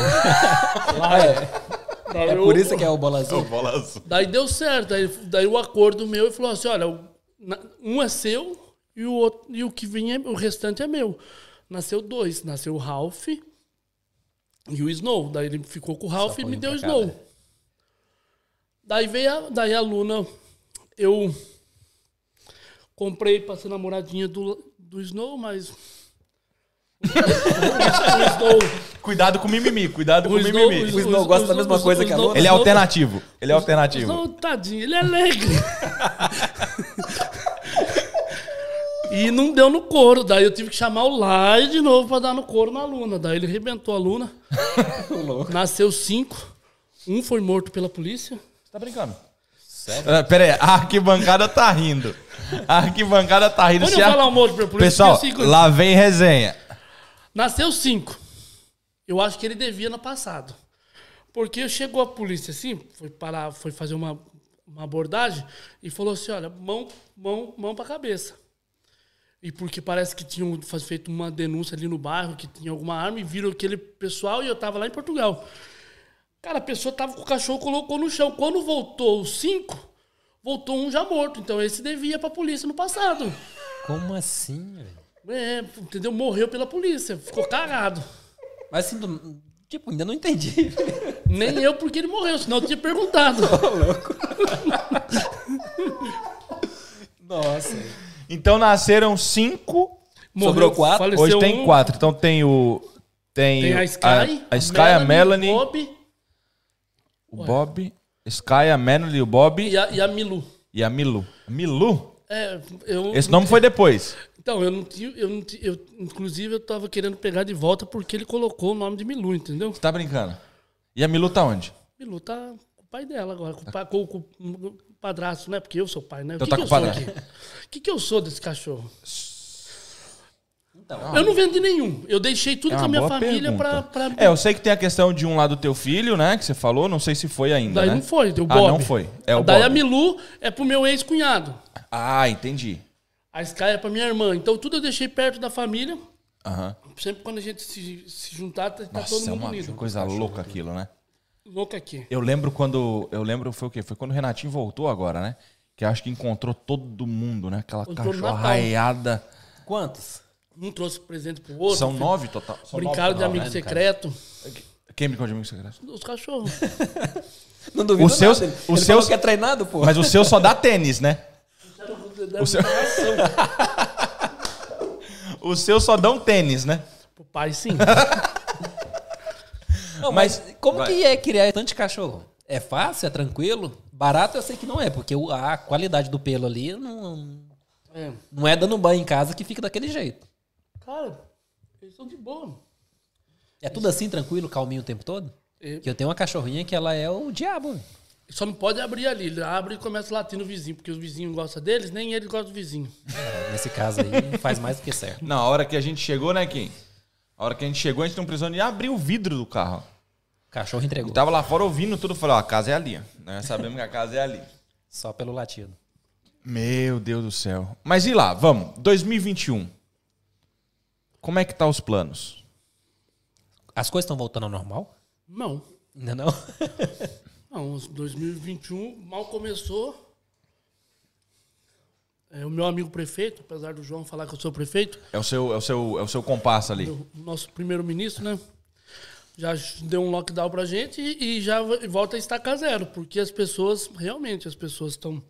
É por isso que é o bola azul. Bola azul. Daí deu certo. Daí o acordo meu ele falou assim: olha, um é seu e o outro, e o que vinha, o restante é meu. Nasceu 2. Nasceu o Ralph e o Snow. Daí ele ficou com o Ralph Só e põe me um deu o pra cada. Snow. Daí a Luna, eu comprei pra ser namoradinha do Snow, mas. o Snow. Cuidado com o mimimi, cuidado com o Snow- mimimi. O Snow gosta da mesma coisa que a Snow- Luna? Ele é Snow- alternativo. Ele é alternativo. Não, tadinho, ele é alegre. E não deu no couro. Daí eu tive que chamar o Lai de novo pra dar no couro na Luna. Daí ele arrebentou a Luna. Nasceu 5. Um foi morto pela polícia. Você tá brincando? Sério? Pera aí, a arquibancada tá rindo. A arquibancada tá rindo. Quando Se eu a- falar um morto pela polícia, Pessoal, porque eu sigo- lá vem resenha. Nasceu 5. Eu acho que ele devia no passado. Porque chegou a polícia assim, foi fazer uma abordagem e falou assim, olha, mão pra cabeça. E porque parece que tinham feito uma denúncia ali no bairro, que tinha alguma arma, e viram aquele pessoal, e eu tava lá em Portugal. Cara, a pessoa tava com o cachorro, colocou no chão. Quando voltou os 5, voltou um já morto. Então esse devia pra polícia no passado. Como assim, velho? É, entendeu? Morreu pela polícia, ficou cagado. Mas assim, tipo, ainda não entendi. Nem eu, porque ele morreu, senão eu tinha perguntado. Nossa. Então nasceram 5. Sobrou 4. faleceu Hoje tem um. 4. Então tem o. Tem a Sky, a Sky, a Melanie, o Bob o Bob. Sky, a Melanie, o Bob e a Milu. e a Milu. Milu? É, eu, Esse nome foi depois. Então, inclusive, eu tava querendo pegar de volta porque ele colocou o nome de Milu, entendeu? Você tá brincando? E a Milu tá onde? Milu tá com o pai dela agora, com o padrasto, né? Porque eu sou pai, né? Então O tá que com que eu o sou padrasto. aqui? O que eu sou desse cachorro? Então, Eu não vendi nenhum. Eu deixei tudo com a minha família pergunta. pra... É, eu sei que tem a questão de um lado do teu filho, né? Que você falou, não sei se foi ainda, Daí né? não foi, deu Ah, Bob. não foi. É o Daí Bob. a Milu é pro meu ex-cunhado. Ah, entendi. A Sky é pra minha irmã. Então tudo eu deixei perto da família. Aham. Sempre quando a gente se juntar, tá todo Nossa, é mundo uma unido. coisa louca aquilo, né? Louco aqui. Eu lembro foi o quê? Foi quando o Renatinho voltou agora, né? Que eu acho que encontrou todo mundo, né? Aquela Encontrou no cachorraiada. quantos? Um trouxe presente pro outro. São 9 total. São Brincaram 9 de amigo né? secreto. Quem brincou de amigo secreto? Os cachorros. Não duvido Os seus- nada. os Ele seus- falou que é treinado, pô. Mas o seu só dá tênis, né? O seu- O seu só dão tênis, né? Pro pai, sim. Não, mas como vai. que é criar tanto cachorro? É fácil? É tranquilo? Barato eu sei que não é, porque a qualidade do pelo ali É. não é dando banho em casa que fica daquele jeito. Cara, eles são de boa. É tudo assim, tranquilo, calminho o tempo todo? É. Que eu tenho uma cachorrinha que ela é o diabo. velho. Só não pode abrir ali. Ele abre e começa a latir no vizinho, porque os vizinhos gostam deles, nem eles gostam do vizinho. Nesse caso aí, faz mais do que certo. Na hora que a gente chegou, né, Kim? A hora que a gente chegou, a gente não precisou nem abrir o vidro do carro. O cachorro entregou. Eu tava lá fora ouvindo tudo, falei, ó, a casa é ali. Ó. Nós sabemos que a casa é ali. Só pelo latido. Meu Deus do céu. Mas e lá, vamos. 2021. Como é que tá os planos? As coisas estão voltando ao normal? Não. Ainda não? Não, 2021 mal começou. O meu amigo prefeito, apesar do João falar que eu sou prefeito, É o seu compasso ali. o nosso primeiro-ministro, né? Já deu um lockdown pra gente e já volta a estacar zero, porque as pessoas estão...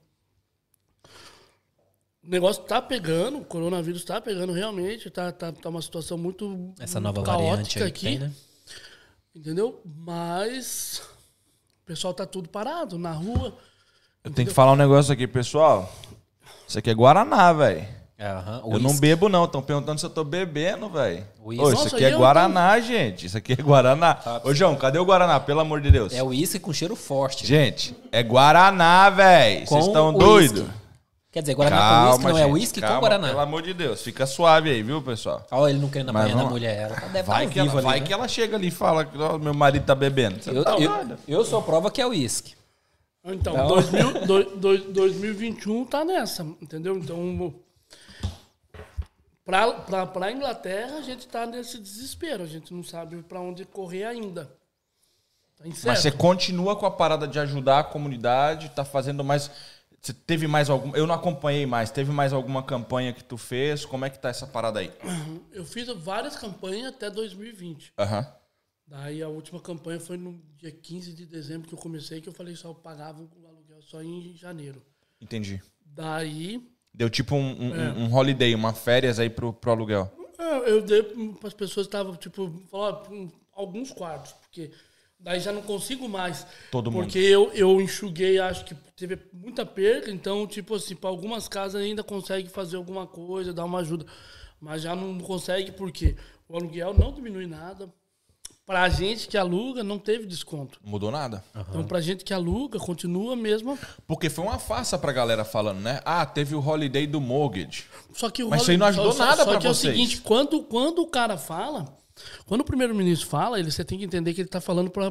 O negócio tá pegando, o coronavírus tá pegando realmente, tá uma situação muito Essa nova caótica variante aí que aqui, tem, né? entendeu? Mas o pessoal tá tudo parado na rua. Eu tenho que falar um negócio aqui, pessoal. Isso aqui é Guaraná, velho. Eu não bebo, não. Estão perguntando se eu tô bebendo, velho. Isso aqui é eu Guaraná, gente. Isso aqui é Guaraná. Ô, João, cadê o Guaraná? Pelo amor de Deus. É uísque com cheiro forte. Gente, é Guaraná, velho. Vocês estão doidos? Quer dizer, Guaraná com uísque não é uísque com Guaraná. Pelo amor de Deus. Fica suave aí, viu, pessoal? Olha ele não querendo apanhar da mulher. Ela deve vai estar que viva ela, ali, vai né? que ela chega ali e fala que meu marido tá bebendo. Eu sou prova que é uísque. Então, 2021 tá nessa, entendeu? Então, pra Inglaterra, a gente tá nesse desespero. A gente não sabe pra onde correr ainda. Tá incerto. Mas você continua com a parada de ajudar a comunidade, tá fazendo mais... Você teve mais alguma... Eu não acompanhei mais. Teve mais alguma campanha que tu fez? Como é que tá essa parada aí? Eu fiz várias campanhas até 2020. Daí a última campanha foi no dia 15 de dezembro que eu comecei, que eu falei só pagava o aluguel só em janeiro. Entendi. Daí... Deu tipo um holiday, uma férias aí pro aluguel. Eu dei para as pessoas que estavam, tipo, alguns quartos, porque daí já não consigo mais. Todo mundo. Porque eu enxuguei, acho que teve muita perda, então, tipo assim, para algumas casas ainda consegue fazer alguma coisa, dar uma ajuda. Mas já não consegue porque o aluguel não diminui nada. Pra gente que aluga, não teve desconto. Mudou nada. Então, pra gente que aluga, continua mesmo. Porque foi uma farsa pra galera falando, né? Ah, teve o holiday do mortgage. Só que Mas isso aí não ajudou nada pra vocês. Só que é o seguinte, quando o cara fala, quando o primeiro-ministro fala, você tem que entender que ele tá falando pro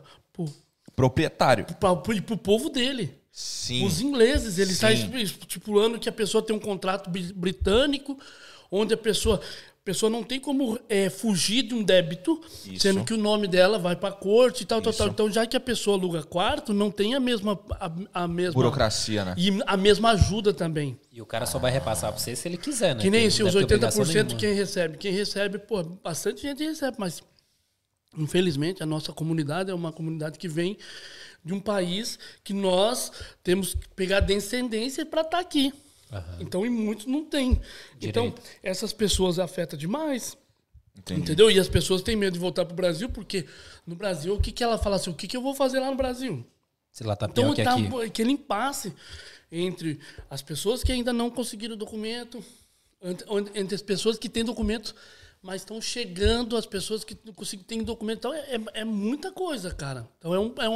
proprietário. Pro povo dele. Sim. Os ingleses. Ele está estipulando que a pessoa tem um contrato britânico, onde a pessoa não tem como fugir de um débito, sendo que o nome dela vai para a corte e tal. Então, já que a pessoa aluga quarto, não tem a mesma burocracia, né? E a mesma ajuda também. E o cara só vai repassar para você se ele quiser, né? Que nem os 80% quem recebe. Quem recebe, pô, bastante gente recebe, mas infelizmente a nossa comunidade é uma comunidade que vem de um país que nós temos que pegar descendência para estar aqui. Então, e muitos não têm. Então, essas pessoas afetam demais. Entendi. Entendeu? E as pessoas têm medo de voltar para o Brasil, porque no Brasil, o que ela fala assim? O que eu vou fazer lá no Brasil? Se lá tá pior que aqui. Então, aquele impasse entre as pessoas que ainda não conseguiram documento, entre as pessoas que têm documento, mas estão chegando, as pessoas que não conseguem ter documento. Então, é muita coisa, cara. Então,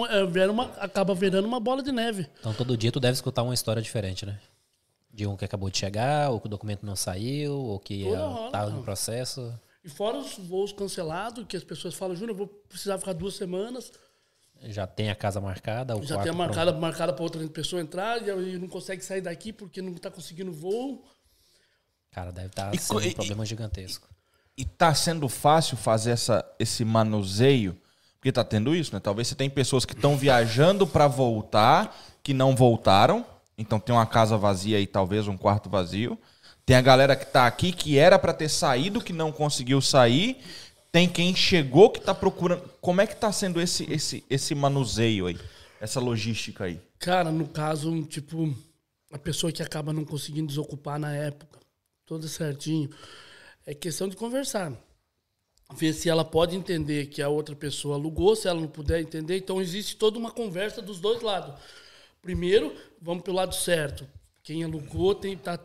acaba virando uma bola de neve. Então, todo dia tu deve escutar uma história diferente, né? De um que acabou de chegar, ou que o documento não saiu, ou que estava no processo. E fora os voos cancelados, que as pessoas falam, Júnior, eu vou precisar ficar 2 semanas. Já tem a casa marcada, já tem a marcada para outra pessoa entrar, e não consegue sair daqui porque não está conseguindo voo. Cara, deve estar sendo um problema gigantesco. E tá sendo fácil fazer esse manuseio? Porque tá tendo isso, né? Talvez você tem pessoas que estão viajando para voltar, que não voltaram. Então tem uma casa vazia e talvez um quarto vazio. Tem a galera que tá aqui que era para ter saído, que não conseguiu sair. Tem quem chegou que tá procurando. Como é que tá sendo esse manuseio aí? Essa logística aí? Cara, no caso, tipo, a pessoa que acaba não conseguindo desocupar na época, tudo certinho, é questão de conversar. Ver se ela pode entender que a outra pessoa alugou, se ela não puder entender. Então existe toda uma conversa dos dois lados. Primeiro, vamos pelo lado certo. Quem alugou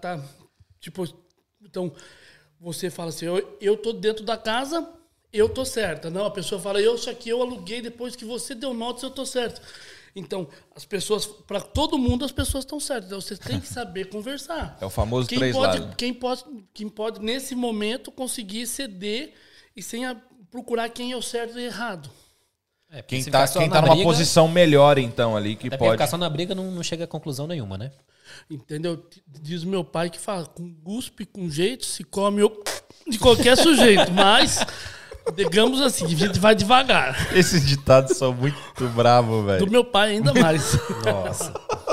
tipo, então, você fala assim, eu tô dentro da casa, eu tô certa. Não, a pessoa fala, isso aqui eu aluguei depois que você deu nota, eu tô certo. Então, as pessoas, para todo mundo, as pessoas estão certas. Então, você tem que saber conversar. É o famoso três lados. Quem pode, nesse momento, conseguir ceder e sem procurar quem é o certo e errado. Quem tá numa posição melhor, então, ali, que pode... Ficar só na briga não chega a conclusão nenhuma, né? Entendeu? Diz meu pai que fala, com guspe, com jeito, se come de qualquer sujeito, mas, digamos assim, a gente vai devagar. Esses ditados são muito bravos, velho. Do meu pai ainda mais. Nossa.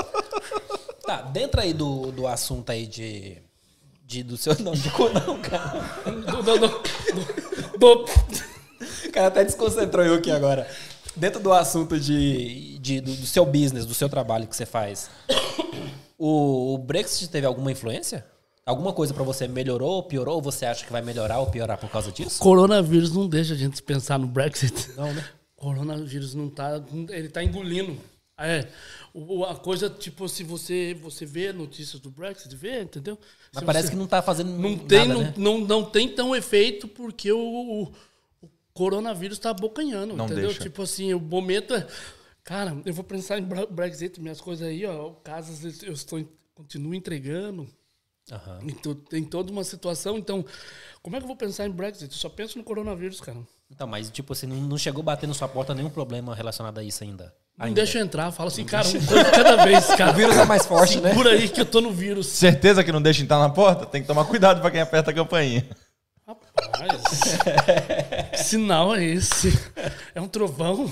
Tá, dentro aí do assunto aí do seu... Não, de cu não, cara. O cara até desconcentrou eu aqui agora. Dentro do assunto do seu business, do seu trabalho que você faz, o Brexit teve alguma influência? Alguma coisa pra você melhorou ou piorou? Ou você acha que vai melhorar ou piorar por causa disso? Coronavírus não deixa a gente pensar no Brexit. Não, né? Coronavírus não tá... Ele tá engolindo. A coisa, tipo, se você vê notícias do Brexit, entendeu? Mas Se parece você- que não tá fazendo não tem, nada, né? não tem tão efeito porque o coronavírus tá abocanhando, Não entendeu? deixa. Tipo assim, o momento é... Cara, eu vou pensar em Brexit, minhas coisas aí, ó, casas continuo entregando, Aham. então, tem toda uma situação, então, como é que eu vou pensar em Brexit? Eu só penso no coronavírus, cara. Então, mas tipo assim, não chegou a bater na sua porta nenhum problema relacionado a isso ainda. Não deixa eu entrar, fala assim, cara, uma coisa de cada vez, cara. O vírus é mais forte, né? Segura aí que eu tô no vírus. Certeza que não deixa entrar na porta? Tem que tomar cuidado pra quem aperta a campainha. Rapaz, que sinal é esse? É um trovão?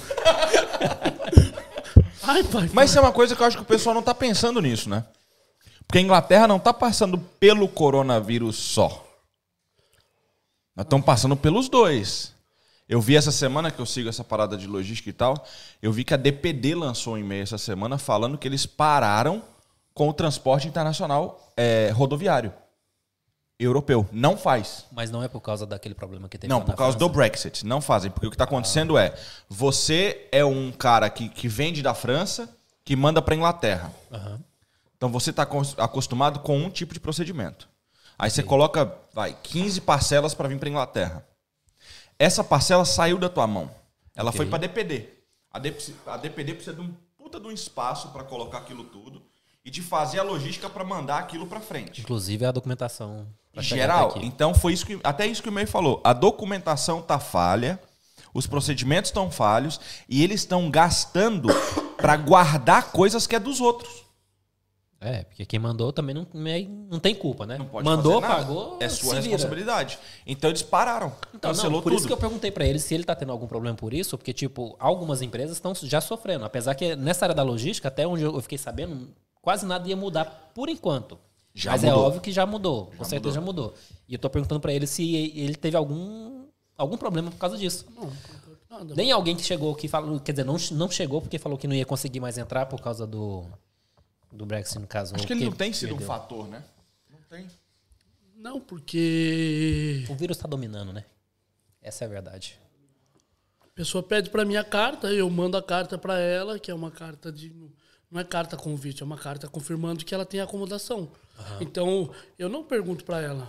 Ai, pai. Mas isso é uma coisa que eu acho que o pessoal não tá pensando nisso, né? Porque a Inglaterra não tá passando pelo coronavírus só. Nós estamos passando pelos dois. Eu vi essa semana, que eu sigo essa parada de logística e tal, eu vi que a DPD lançou um e-mail essa semana falando que eles pararam com o transporte internacional rodoviário europeu. Não faz. Mas não é por causa daquele problema que teve Não, lá por na causa do França? Brexit. Não fazem. Porque o que está acontecendo é... Você é um cara que vende da França, que manda para Inglaterra. Aham. Então você está acostumado com um tipo de procedimento. Aí você coloca 15 parcelas para vir para Inglaterra. Essa parcela saiu da tua mão. Ela foi para a DPD. A DPD precisa de um puta de um espaço para colocar aquilo tudo e de fazer a logística para mandar aquilo para frente. Inclusive a documentação. pra chegar Geral, até aqui. então foi isso até isso que o meio falou. A documentação tá falha, os procedimentos estão falhos e eles estão gastando para guardar coisas que é dos outros. Porque quem mandou também não tem culpa, né? Não pode Mandou, fazer nada. pagou, É sua se vira. responsabilidade. Então eles pararam. Então, Cancelou por tudo. isso que eu perguntei pra ele se ele tá tendo algum problema por isso, porque, tipo, algumas empresas estão já sofrendo. Apesar que nessa área da logística, até onde eu fiquei sabendo, quase nada ia mudar por enquanto. Já Mas mudou. é óbvio que já mudou. Com certeza já mudou. E eu tô perguntando pra ele se ele teve algum problema por causa disso. Nada. Nem alguém que chegou que falou, quer dizer, não chegou porque falou que não ia conseguir mais entrar por causa do Brexit, no caso. Acho que ele Ou não tem sido um perdeu. fator, né? Não tem. Não, porque O vírus tá dominando, né? Essa é a verdade. a pessoa pede pra mim a carta, eu mando a carta pra ela, que é uma carta de... Não é carta convite, é uma carta confirmando que ela tem acomodação. Então, eu não pergunto pra ela,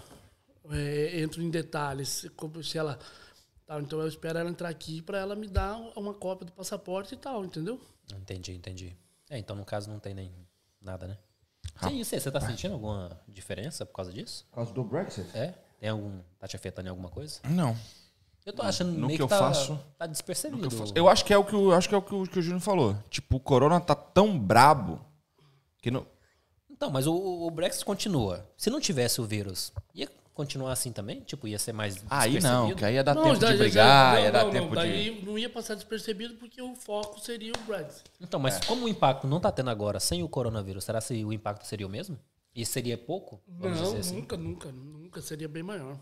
entro em detalhes, se ela... Tá, então eu espero ela entrar aqui pra ela me dar uma cópia do passaporte e tal, entendeu? Entendi. Então, no caso, não tem nem nada, né? E você tá sentindo alguma diferença por causa disso? Por causa do Brexit? Tem algum... Tá te afetando em alguma coisa? Não. Eu tô achando No meio que eu tá, faço- tá despercebido. Eu acho que é o que o Júnior falou. Tipo, o corona tá tão brabo que não... Então, mas o Brexit continua. Se não tivesse o vírus, ia continuar assim também? Tipo, ia ser mais Aí não, despercebido? que aí ia dar Não, tempo de já- brigar, já- ia dar não, tempo de... daí não ia passar despercebido porque o foco seria o Brexit. Então, mas como o impacto não tá tendo agora sem o coronavírus, será que o impacto seria o mesmo? E seria pouco? Vamos Não, dizer assim. nunca seria bem maior.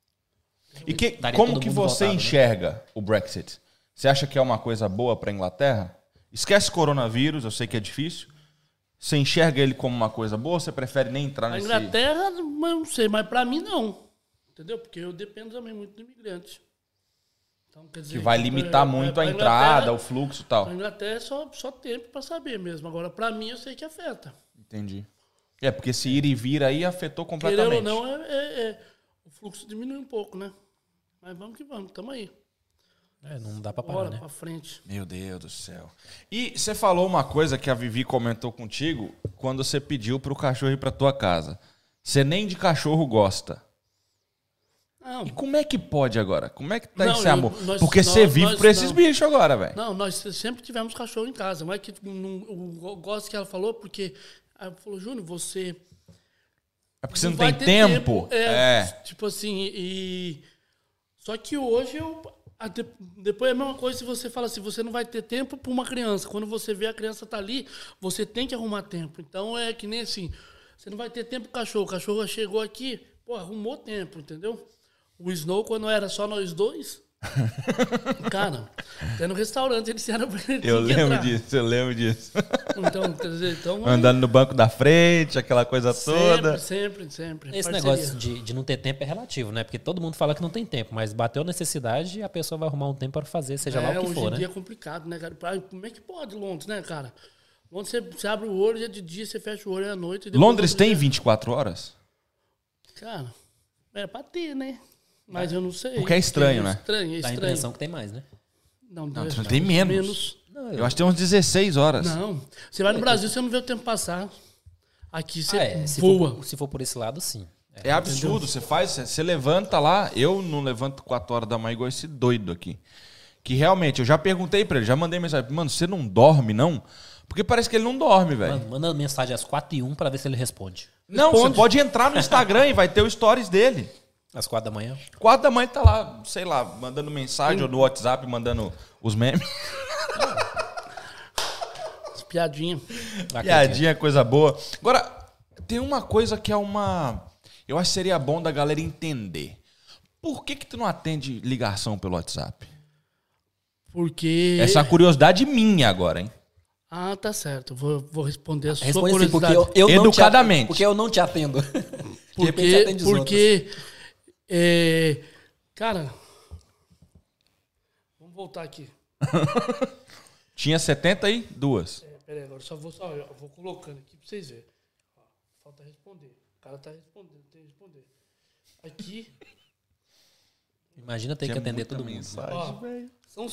E Daria como todo que mundo você voltado, né? enxerga o Brexit? Você acha que é uma coisa boa para a Inglaterra? Esquece coronavírus, eu sei que é difícil. Você enxerga ele como uma coisa boa ou você prefere nem entrar A nesse... Inglaterra, eu não sei, mas pra mim não. Entendeu? Porque eu dependo também muito do imigrante. Então, quer dizer, Que vai limitar muito a entrada, o fluxo e tal. A Inglaterra é só tempo pra saber mesmo. Agora, pra mim, eu sei que afeta. Entendi. Porque se ir e vir aí afetou Querendo completamente. ou não, o fluxo diminui um pouco, né? Mas vamos que vamos, tamo aí. Não dá pra parar, Bora né? pra frente. Meu Deus do céu. E você falou uma coisa que a Vivi comentou contigo quando você pediu pro cachorro ir pra tua casa. Você nem de cachorro gosta. Não, E como é que pode agora? Como é que tá Não, esse amor? nós- Porque você nós- vive nós- por esses não. bichos agora, velho. não, nós sempre tivemos cachorro em casa. Mas que eu gosto que ela falou, porque ela falou, Júnior, você É porque você não vai tem ter tempo. Tipo assim, só que hoje depois é a mesma coisa se você fala assim, você não vai ter tempo para uma criança. Quando você vê a criança tá ali, você tem que arrumar tempo. Então é que nem assim, você não vai ter tempo pro cachorro. O cachorro chegou aqui, pô, arrumou tempo, entendeu? O Snow, quando era só nós dois, cara, até no restaurante eles eram Eu lembro disso. Então, quer dizer, Andando no banco da frente, aquela coisa toda. sempre. Esse Parceria. negócio de não ter tempo é relativo, né? Porque todo mundo fala que não tem tempo, mas bateu a necessidade e a pessoa vai arrumar um tempo para fazer, seja lá o que hoje for, em dia né? é complicado, né, cara? Como é que pode Londres, né, cara? Londres você abre o olho, é de dia, você fecha o olho à noite. Londres tem 24 horas? Cara, era pra ter, né? Mas eu não sei. Porque é estranho, né? Estranho, é Dá a estranho. impressão que tem mais, né? Não, Tem menos. Não, Eu acho que tem uns 16 horas. Não. Você vai no Brasil, você não vê o tempo passar. Aqui você se voa. se for por esse lado, sim. É absurdo. Você levanta lá. Eu não levanto 4 horas da manhã igual esse doido aqui. Que realmente, eu já perguntei pra ele, já mandei mensagem. Mano, você não dorme, não? Porque parece que ele não dorme, velho. Manda mensagem às 4h01 pra ver se ele responde. Não, você pode entrar no Instagram e vai ter o stories dele. Às 4 da manhã? 4 da manhã tá lá, sei lá, mandando mensagem ou no WhatsApp, mandando os memes. Piadinha. Piadinha é coisa boa. Agora, tem uma coisa que é uma... Eu acho que seria bom da galera entender. Por que tu não atende ligação pelo WhatsApp? Porque... Essa é uma curiosidade minha agora, hein? Ah, tá certo. Vou responder a sua Responde assim, curiosidade. porque eu Educadamente. Não porque eu não te atendo. De repente você atende os Porque cara, vamos voltar aqui. Tinha 72. Peraí, agora eu vou colocando aqui pra vocês verem. Ó, falta responder. O cara tá respondendo, tem que responder. Aqui, Imagina ter que atender todo mundo. ó, são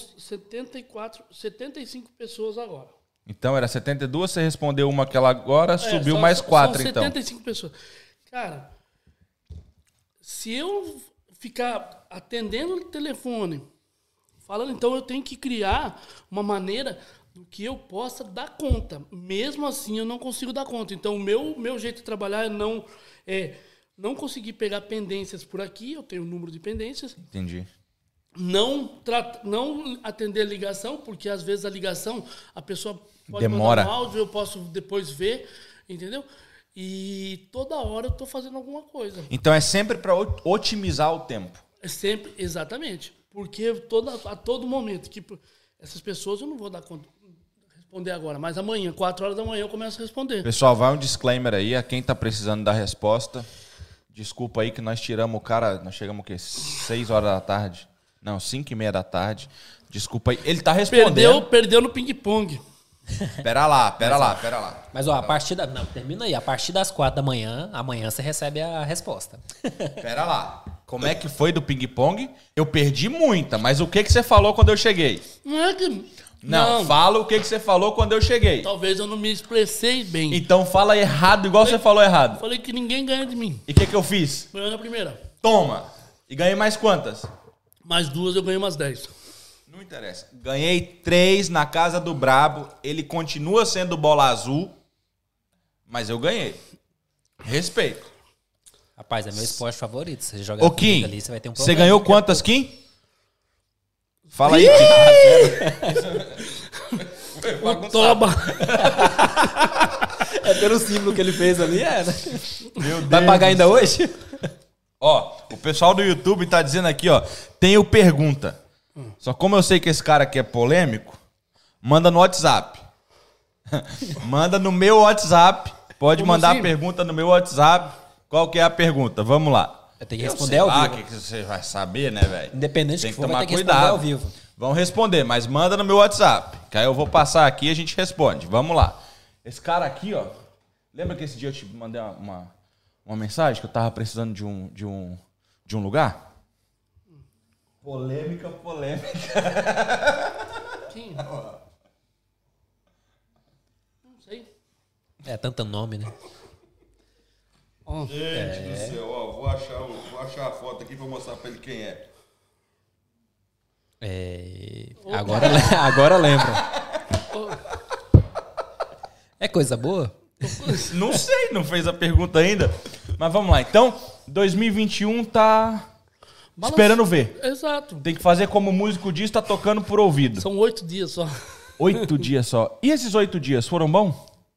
75 pessoas agora. Então era 72, você respondeu uma aquela agora, subiu só- mais 4 são então. 75 pessoas. Cara, se eu ficar atendendo o telefone, falando, então eu tenho que criar uma maneira do que eu possa dar conta. Mesmo assim, eu não consigo dar conta. Então, o meu jeito de trabalhar não conseguir pegar pendências por aqui, eu tenho um número de pendências, Entendi. não atender a ligação, porque às vezes a ligação, a pessoa pode Demora. mandar um áudio, eu posso depois ver, entendeu? E toda hora eu estou fazendo alguma coisa. Então é sempre para otimizar o tempo. É sempre, exatamente. Porque a todo momento, que essas pessoas eu não vou dar conta responder agora, mas amanhã, 4 horas da manhã, eu começo a responder. Pessoal, vai um disclaimer aí, a quem tá precisando da resposta. Desculpa aí que nós tiramos o cara, nós chegamos o quê? 6 horas da tarde? Não, 5h30 da tarde. Desculpa aí. Ele tá respondendo. Perdeu no ping-pong. Pera lá. Mas, ó, a partir da... Não, termina aí. A partir das 4 da manhã, amanhã você recebe a resposta. Pera lá. Como é que foi do ping-pong? Eu perdi muita, mas o que você falou quando eu cheguei? Não é que... Não, fala o que você falou quando eu cheguei. Talvez eu não me expressei bem. Então fala errado, igual você falou errado. Falei que ninguém ganha de mim. E o que eu fiz? Ganhou na primeira. Toma. E ganhei mais quantas? Mais 2 eu ganhei umas 10. Não interessa. Ganhei 3 na casa do Brabo. Ele continua sendo bola azul, mas eu ganhei. Respeito. Rapaz, é meu esporte favorito. Você jogar Ô, Kim, ali, você vai ter um você problema. ganhou quantas, Kim? Fala aí, Kim. Toma! É pelo símbolo que ele fez ali, né? Meu Deus Vai pagar ainda hoje? Ó, o pessoal do YouTube tá dizendo aqui, ó, tenho pergunta. Só como eu sei que esse cara aqui é polêmico, manda no WhatsApp. Manda no meu WhatsApp. Pode Como mandar assim? a pergunta no meu WhatsApp. Qual que é a pergunta? Vamos lá. Eu tenho que responder ao vivo. O que você vai saber, né, velho? Independente Tem que que for, vai tomar ter que responder cuidado. ao vivo. Vão responder, mas manda no meu WhatsApp. Que aí eu vou passar aqui e a gente responde. Vamos lá. Esse cara aqui, ó. Lembra que esse dia eu te mandei uma mensagem que eu tava precisando de um lugar? Polêmica. Quem? Não sei. É, tanto nome, né? Ó, Gente do céu, ó, vou achar a foto aqui pra mostrar pra ele quem é. Agora lembra. É coisa boa? Não sei, não fez a pergunta ainda. Mas vamos lá. Então, 2021 tá esperando ver. Exato. Tem que fazer como o músico diz, tá tocando por ouvido. São 8 dias só. 8 dias só. E esses 8 dias foram bons?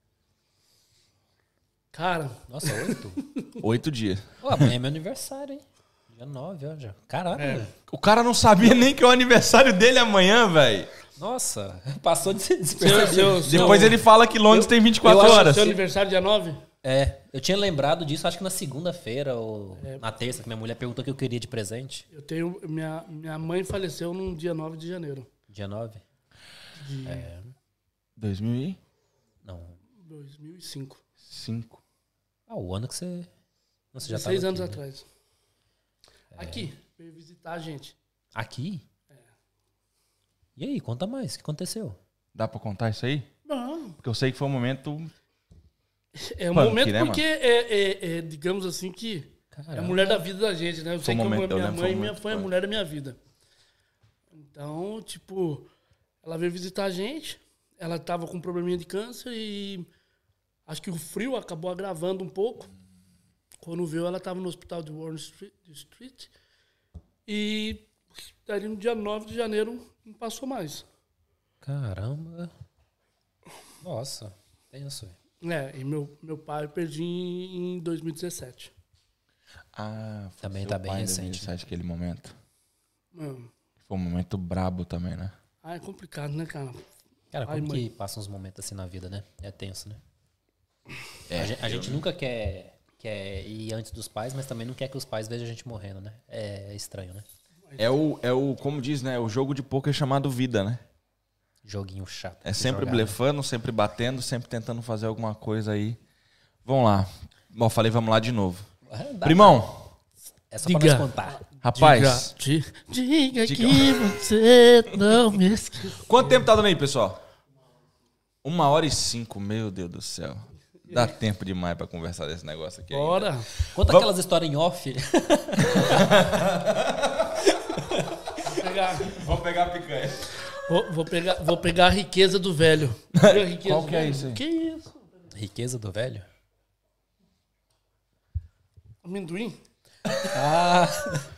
Cara, Nossa, 8? 8 dias. Pô, amanhã é meu aniversário, hein? Dia 9, ó, já. Caralho, velho. O cara não sabia nem que é o aniversário dele amanhã, velho. Nossa, passou de ser despercebido. Depois ele fala que Londres tem 24 eu acho horas. seu aniversário dia 9? Eu tinha lembrado disso, acho que na segunda-feira ou na terça, que minha mulher perguntou o que eu queria de presente. Eu tenho. Minha mãe faleceu no dia 9 de janeiro. Dia 9? 2000 e? Não. 2005. 5. Ah, o ano que você... Não, você já 16 tava anos aqui, né? atrás. Aqui, veio visitar a gente. Aqui? E aí, conta mais. O que aconteceu? Dá pra contar isso aí? Não. Porque eu sei que foi um momento... É um Punk, momento né, porque digamos assim, que é a Caramba. mulher da vida da gente, né? Eu sei que momento, eu minha lembro, foi um mãe momento foi a punk. mulher da minha vida. Então, tipo, ela veio visitar a gente, ela tava com um probleminha de câncer e acho que o frio acabou agravando um pouco. Quando viu, ela tava no hospital de Warren Street e ali no dia 9 de janeiro não passou mais. Caramba. Nossa, tenso. E meu pai eu perdi em 2017. Ah, foi Também seu tá bem pai em recente, 2007, aquele momento. Mano, Foi um momento brabo também, né? é complicado, né, cara? Cara, Ai, como mãe. que passam uns momentos assim na vida, né? É tenso, né? É, A gente nunca quer ir antes dos pais, mas também não quer que os pais vejam a gente morrendo, né? É estranho, né? É o, como diz, né? O jogo de pôquer chamado vida, né? Joguinho chato. É de sempre jogar, blefando, sempre batendo, sempre tentando fazer alguma coisa aí. Vamos lá. Bom, falei vamos lá de novo. né? Dá- Primão, É só Diga. pra nós contar. rapaz, Diga que você não me esquece. quanto tempo tá dando aí, pessoal? 1h05, meu Deus do céu. Dá tempo demais pra conversar desse negócio aqui. ainda. Bora. Conta aquelas histórias em off. Vamos pegar a picanha. Vou pegar a riqueza do velho. Pega a riqueza Qual do que é velho. isso aí? Que isso? Riqueza do velho? Amendoim? Ah.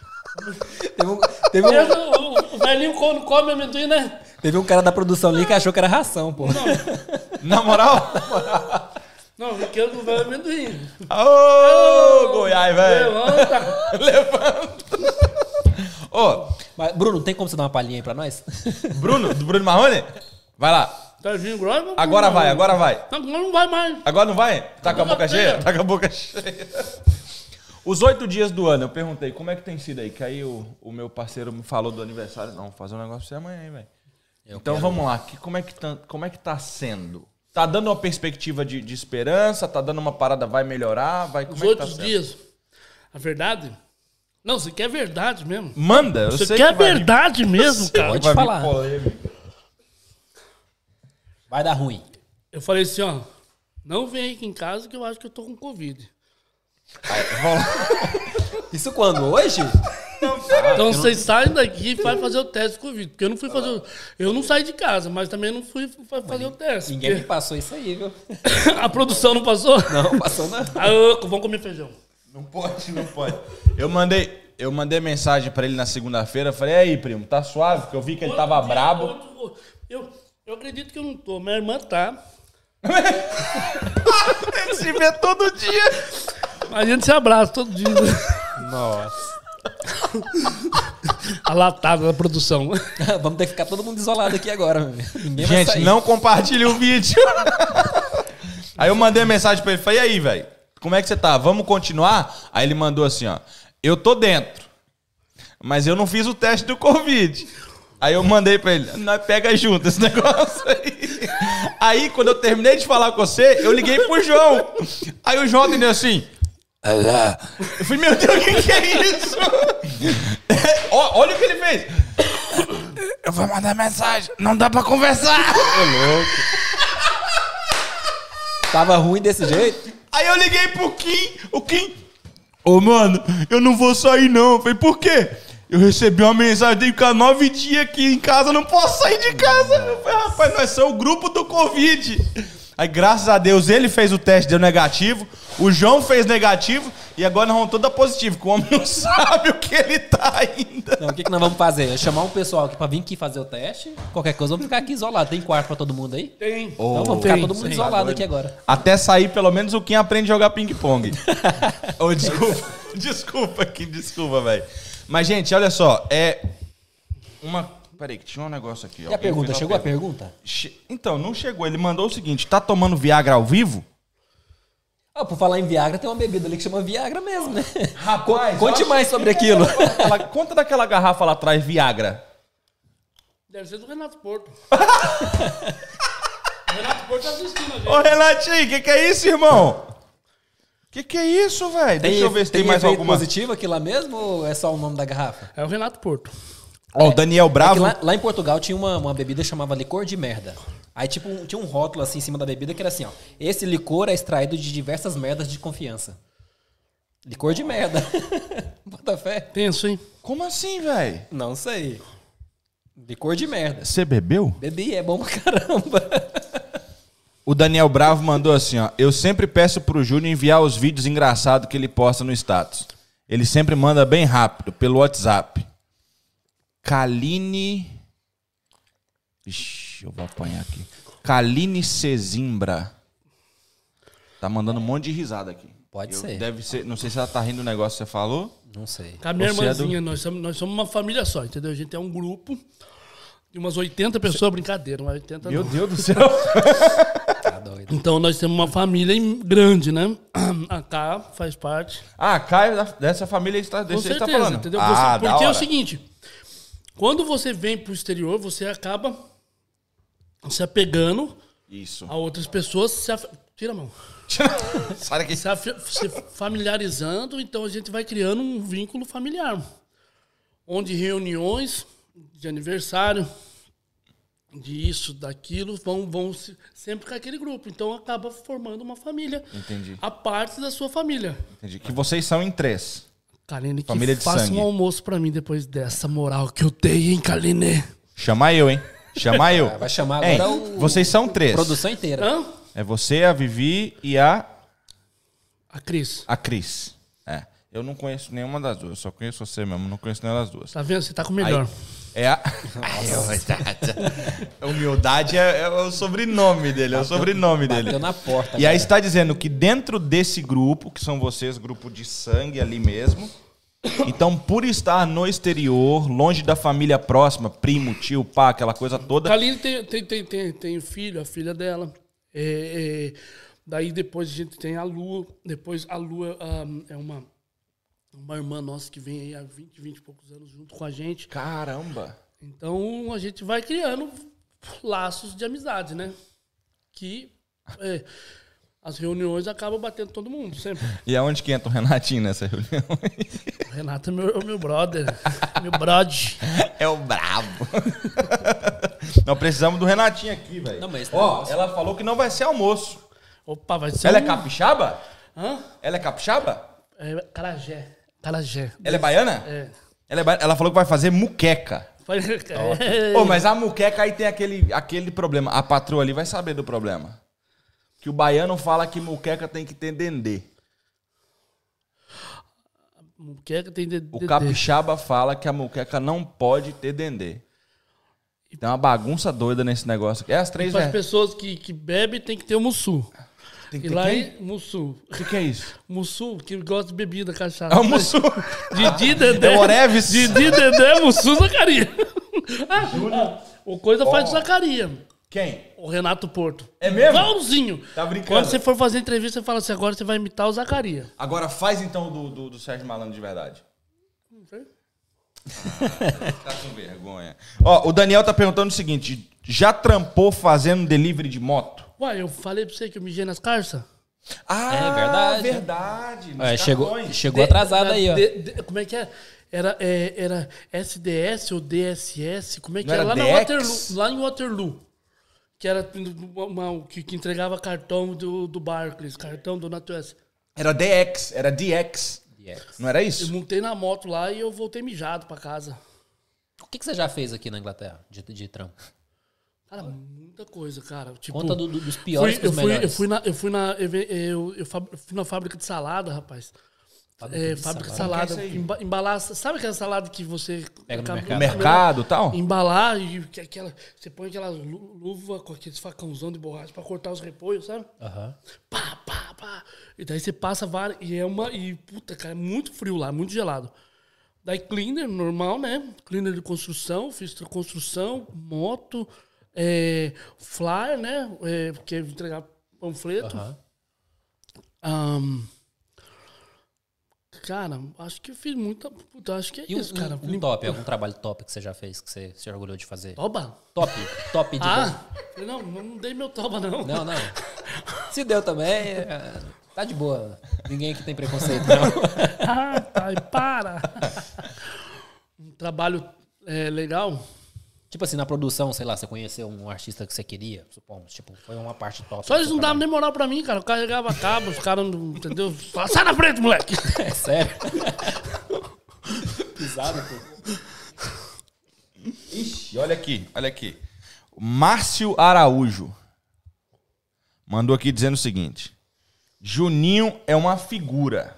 O velhinho quando come amendoim, né? Teve um cara da produção ali que achou que era ração, pô. Na moral? Não, riqueza do velho é amendoim. Ô, Goiás, velho. Levanta. Ô, Mas, Bruno, tem como você dar uma palhinha aí pra nós? Bruno, do Bruno Marrone? Vai lá. Tá vindo grosso? Agora vai, agora vai. Não, não vai mais. Agora não vai? Tá com a boca cheia? cheia. Tá com a boca cheia. Os 8 dias do ano, eu perguntei, como é que tem sido aí? Que aí o meu parceiro me falou do aniversário. Não, vou fazer um negócio pra você amanhã, hein, velho. Então vamos lá, como é que tá sendo? Tá dando uma perspectiva de esperança? Tá dando uma parada, vai melhorar? Como Os é que tá 8 sendo? dias. A verdade? Não, você quer verdade mesmo. Manda, eu Você sei quer que vai vir- verdade mesmo, cara? Pode vai vir falar. polêmica. Vai dar ruim. Eu falei assim, ó. Não vem aqui em casa que eu acho que eu tô com Covid. Isso quando? Hoje? Então vocês saem daqui e vai fazer o teste de Covid. Porque eu não fui fazer. Eu não saí de casa, mas também não fui fazer o teste. Ninguém me porque passou isso aí, viu? a produção não passou? Não, passou não. Ah, vamos comer feijão. Não pode, não pode. Eu mandei mensagem pra ele na segunda-feira, falei, e aí, primo, tá suave? Porque eu vi que ele tava brabo. Eu acredito que eu não tô. Minha irmã tá. Ele se vê todo dia. A gente se abraça todo dia. Nossa. A latada da produção. Vamos ter que ficar todo mundo isolado aqui agora, meu. Ninguém vai Gente, sair. não compartilhe o vídeo. Aí eu mandei mensagem pra ele, falei, e aí, velho? Como é que você tá? Vamos continuar? Aí ele mandou assim, ó. Eu tô dentro, mas eu não fiz o teste do Covid. Aí eu mandei pra ele, nós pega junto esse negócio aí. Aí, quando eu terminei de falar com você, eu liguei pro João. Aí o João entendeu assim. Eu falei, meu Deus, o que é isso? Olha o que ele fez. Eu vou mandar mensagem, não dá pra conversar. Tava ruim desse jeito? Aí eu liguei pro Kim, o Kim... Ô, mano, eu não vou sair não. Eu falei, por quê? Eu recebi uma mensagem, tenho que ficar 9 dias aqui em casa, não posso sair de casa. Eu falei, rapaz, nós somos o grupo do Covid. Aí, graças a Deus, ele fez o teste, deu negativo. O João fez negativo. E agora nós vamos toda positivo, porque o homem não sabe o que ele tá ainda. Não, o que nós vamos fazer? É chamar um pessoal aqui pra vir aqui fazer o teste. Qualquer coisa, vamos ficar aqui isolado. Tem quarto pra todo mundo aí? Tem. Então vamos ficar Tem, todo mundo tem. isolado aqui agora. Até sair, pelo menos, o Kim aprende a jogar ping-pong. Ô, desculpa. Desculpa, Kim, desculpa, velho. Mas, gente, olha só. Peraí, que tinha um negócio aqui. E a pergunta? Chegou a pergunta? Então, não chegou. Ele mandou o seguinte: tá tomando Viagra ao vivo? Ah, por falar em Viagra, tem uma bebida ali que chama Viagra mesmo, né? Rapaz, Conte mais sobre aquilo. Conta daquela garrafa lá atrás, Viagra. Deve ser do Renato Porto. O Renato Porto tá assistindo a gente. Ô, Renatinho, que é isso, irmão? Que é isso, velho? Deixa eu ver se tem mais efeito alguma. positivo aqui lá mesmo ou é só o nome da garrafa? É o Renato Porto. Ó, o Daniel É que Bravo. lá em Portugal tinha uma bebida chamada licor de merda. Aí, tipo, tinha um rótulo assim em cima da bebida que era assim, ó. Esse licor é extraído de diversas merdas de confiança. Licor de merda. Bota fé? Tenso, hein? Como assim, velho? Não sei. Licor de merda. Você bebeu? Bebi, é bom pra caramba. O Daniel Bravo mandou assim, ó. Eu sempre peço pro Júnior enviar os vídeos engraçados que ele posta no status. Ele sempre manda bem rápido, pelo WhatsApp. Kaline... Ixi, eu vou apanhar aqui. Kaline Cezimbra. Tá mandando um monte de risada aqui. Pode ser. Deve ser. Não sei se ela tá rindo do negócio que você falou. Não sei. Com a minha Você é irmãzinha, nós somos uma família só, entendeu? A gente é um grupo de umas 80 pessoas, brincadeira, mas 80 Meu não. Deus do céu. Tá doido. Então nós temos uma família grande, né? A Cá faz parte. Ah, Caio, dessa família está, Com desse você certeza, tá falando. entendeu? Ah, da Porque é o hora. seguinte, quando você vem pro exterior, você acaba se apegando Isso. a outras pessoas, tira a mão. Sai daqui. Se familiarizando, então a gente vai criando um vínculo familiar. Onde reuniões de aniversário, de isso, daquilo, vão sempre com aquele grupo. Então acaba formando uma família. Entendi. A parte da sua família. Entendi. Que vocês são em 3. Kaline, que Família de faça sangue. um almoço pra mim depois dessa moral que eu dei, hein, Kaline? Chama eu, hein? Chama eu. Vai chamar Hein, agora o... vocês são 3. Produção inteira. Hã? É você, a Vivi e a Cris. Cris. É. Eu não conheço nenhuma das duas. Eu só conheço você mesmo. Não conheço nenhuma das duas. Tá vendo? Você tá com o melhor. É a... Humildade é o sobrenome dele. É o sobrenome dele. Bateu na porta. E aí cara. está dizendo que dentro desse grupo, que são vocês, grupo de sangue ali mesmo, então por estar no exterior, longe da família próxima, primo, tio, pá, aquela coisa toda... Kaline tem filho, a filha dela. Daí depois a gente tem a Lua. Depois a Lua é uma irmã nossa que vem aí há 20 e poucos anos junto com a gente. Caramba! Então a gente vai criando laços de amizade, né? Que as reuniões acabam batendo todo mundo, sempre. E aonde que entra o Renatinho nessa reunião? O Renato é meu brother, meu brode. É o brabo. Nós precisamos do Renatinho aqui, velho. Não, mas- Ó, ela falou que não vai ser almoço. Opa, vai ser Ela é capixaba? Hã? Ela é capixaba? É Carajé. Carajé. Ela é baiana? É. Ela falou que vai fazer muqueca. É. Ô, mas a muqueca aí tem aquele problema. A patroa ali vai saber do problema. Que o baiano fala que muqueca tem que ter dendê. Muqueca tem O capixaba fala que a muqueca não pode ter dendê. Tem uma bagunça doida nesse negócio. É as três, Para as velho. pessoas que bebem, tem que ter o mussu. Tem que E ter lá quem? em Mussu. O que é isso? Mussu, que gosta de bebida, cachaça. É o Mussu. Didi, Dedé. É o Oreves. Didi, Dedé, Mussu, Zacaria. O Coisa faz Zacaria. Quem? O Renato Porto. É mesmo? Igualzinho. Tá brincando? Quando você for fazer entrevista, você fala assim, agora você vai imitar o Zacaria. Agora faz então do Sérgio Malandro de verdade. Não sei. Tá com vergonha. Ó, o Daniel tá perguntando o seguinte: já trampou fazendo delivery de moto? Ué, eu falei pra você que eu mijei nas carças? Ah, É verdade. verdade. nos É, cartões. chegou atrasado aí, ó. Como é que é? Era SDS ou DSS? Como é que Não era? era Lá, na DX? Waterloo, lá em Waterloo. Que era que entregava cartão do Barclays, cartão do NatWest. Era DX, era DX. Yes. Não era Eu isso? montei na moto lá e eu voltei mijado pra casa. O que você já fez aqui na Inglaterra de trampo? Cara, muita coisa, cara. Tipo, Conta dos piores pros melhores. eu fui na fábrica de salada, rapaz. Fábrica de salada. Como que é isso aí? Embalar. Sabe aquela salada que você Pega no acaba- mercado. Mercado e tal? Embalar e você põe aquela luva com aqueles facãozão de borracha pra cortar os repolhos, sabe? Aham. Pá, pá, pá. E daí você passa várias. E puta, cara, é muito frio lá, muito gelado. Daí cleaner, normal, né? Cleaner de construção, fiz construção, moto, flyer, né? Porque eu entregar panfleto. Aham. Cara, acho que eu fiz muita... Puta, acho que é E isso, cara. um top, algum trabalho top que você já fez, que você se orgulhou de fazer? Toba? Top de bom. Não dei meu toba, não. Não. Se deu também, tá de boa. Ninguém aqui tem preconceito, não. Ah, pai, para. Um trabalho legal. Tipo assim, na produção, sei lá, você conheceu um artista que você queria, supomos, tipo, foi uma parte top. Só eles não davam nem moral pra mim, cara. Eu carregava cabo, os caras não... Entendeu? Sai na frente, moleque. É sério? Pisada, pô. Ixi, olha aqui. O Márcio Araújo mandou aqui dizendo o seguinte: Juninho é uma figura.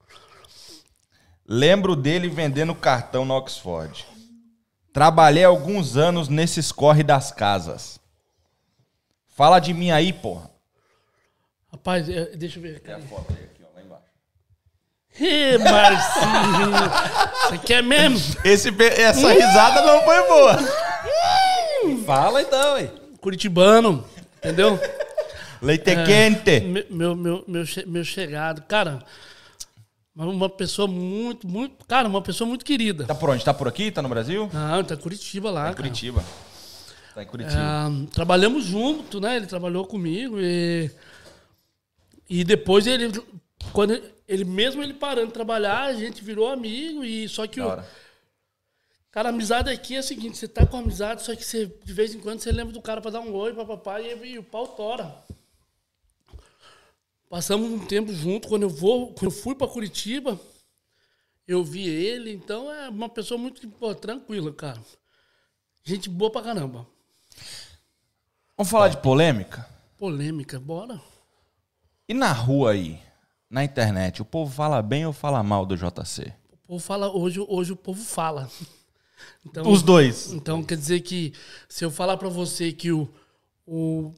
Lembro dele vendendo cartão na Oxford. Trabalhei alguns anos nesses corre das casas. Fala de mim aí, porra. Rapaz, deixa eu ver. Tem a foto aí aqui, ó, lá embaixo. Ê, Marcinho. Você quer mesmo? Essa risada não foi boa. Fala então, aí. Curitibano, entendeu? Leite quente. Meu chegado. Cara, uma pessoa uma pessoa muito querida. Tá por onde? Tá por aqui? Tá no Brasil? Não, tá em Curitiba lá, Tá em cara. Curitiba. Tá em Curitiba. Trabalhamos junto, né? Ele trabalhou comigo e depois quando ele parando de trabalhar, a gente virou amigo e só que cara, a amizade aqui é o seguinte, você tá com amizade, só que você, de vez em quando você lembra do cara pra dar um oi, papapá, e o pau tora. Passamos um tempo junto, quando eu fui pra Curitiba, eu vi ele, então é uma pessoa muito tranquila, cara. Gente boa pra caramba. Vamos falar de polêmica? Polêmica, bora. E na rua aí, na internet, o povo fala bem ou fala mal do JC? O povo fala, hoje o povo fala. Então, Os dois. Então quer dizer que se eu falar pra você que o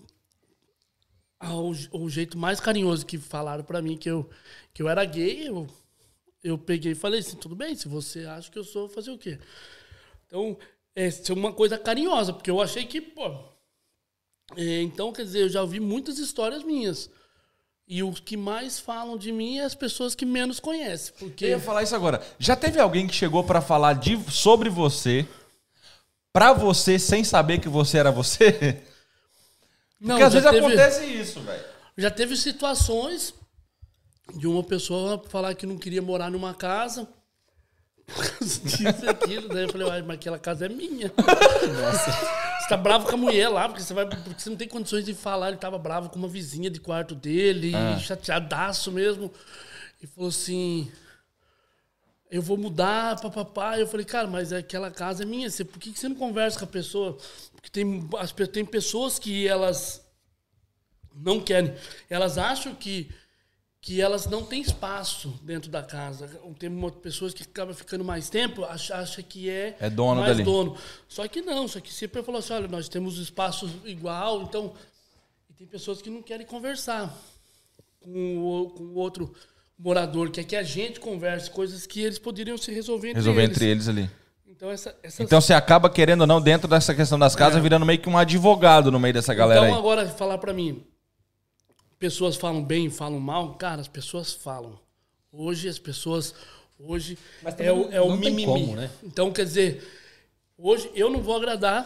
jeito mais carinhoso que falaram pra mim que eu era gay, eu peguei e falei assim, tudo bem, se você acha que eu sou, fazer o quê? Então, é uma coisa carinhosa, porque eu achei que, então, quer dizer, eu já ouvi muitas histórias minhas. E os que mais falam de mim é as pessoas que menos conhecem. Porque... Eu ia falar isso agora. Já teve alguém que chegou pra falar sobre você, pra você, sem saber que você era você? Não, porque às vezes acontece isso, velho. Já teve situações de uma pessoa falar que não queria morar numa casa. Disso e aquilo. Daí eu falei, mas aquela casa é minha. Nossa. Você tá bravo com a mulher lá, porque você não tem condições de falar. Ele tava bravo com uma vizinha de quarto dele, chateadaço mesmo. E falou assim, eu vou mudar, papapá. Eu falei, cara, mas aquela casa é minha. Por que você não conversa com a pessoa? Porque tem pessoas que elas não querem. Elas acham que elas não têm espaço dentro da casa. Tem pessoas que acabam ficando mais tempo, acha que é dono mais dali. dono. Só que não, só que sempre falou assim, olha, nós temos espaços igual, então... E tem pessoas que não querem conversar com o outro morador, que é que a gente converse coisas que eles poderiam se resolver entre eles ali. Então, você acaba, querendo ou não, dentro dessa questão das casas, virando meio que um advogado no meio dessa galera aí. Então, agora, falar pra mim... Pessoas falam bem, falam mal. Cara, as pessoas falam. Hoje, as pessoas... Hoje é o mimimi. Como, né? Então, quer dizer... Hoje, eu não vou agradar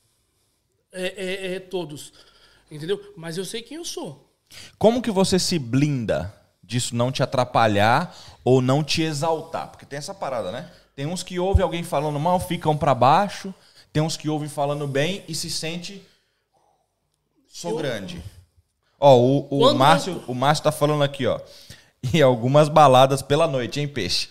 todos. Entendeu? Mas eu sei quem eu sou. Como que você se blinda disso não te atrapalhar ou não te exaltar? Porque tem essa parada, né? Tem uns que ouvem alguém falando mal, ficam pra baixo. Tem uns que ouvem falando bem e se sente... Sou grande. Ó, o Márcio tá falando aqui, ó. E algumas baladas pela noite, hein, peixe?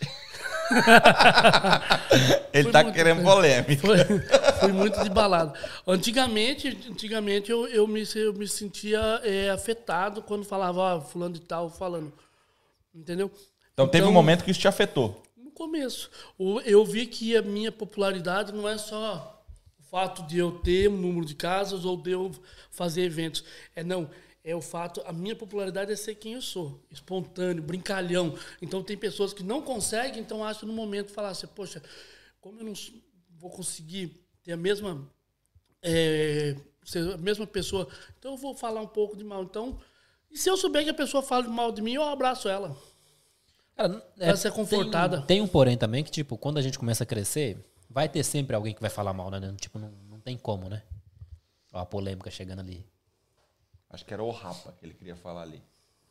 Ele tá querendo polêmica. Foi muito de balada. Antigamente eu me sentia afetado quando falava, fulano de tal falando. Entendeu? Então teve um momento que isso te afetou. No começo. Eu vi que a minha popularidade não é só o fato de eu ter um número de casas ou de eu fazer eventos. É o fato, a minha popularidade é ser quem eu sou, espontâneo, brincalhão. Então tem pessoas que não conseguem, então acham no momento falar assim, poxa, como eu não vou conseguir ter a mesma pessoa, então eu vou falar um pouco de mal. Então, e se eu souber que a pessoa fala mal de mim, eu abraço ela. Cara, Pra ser confortada. Tem um porém também que, tipo, quando a gente começa a crescer, vai ter sempre alguém que vai falar mal, né? Tipo, não tem como, né? Ó, a polêmica chegando ali. Acho que era o Rapa que ele queria falar ali.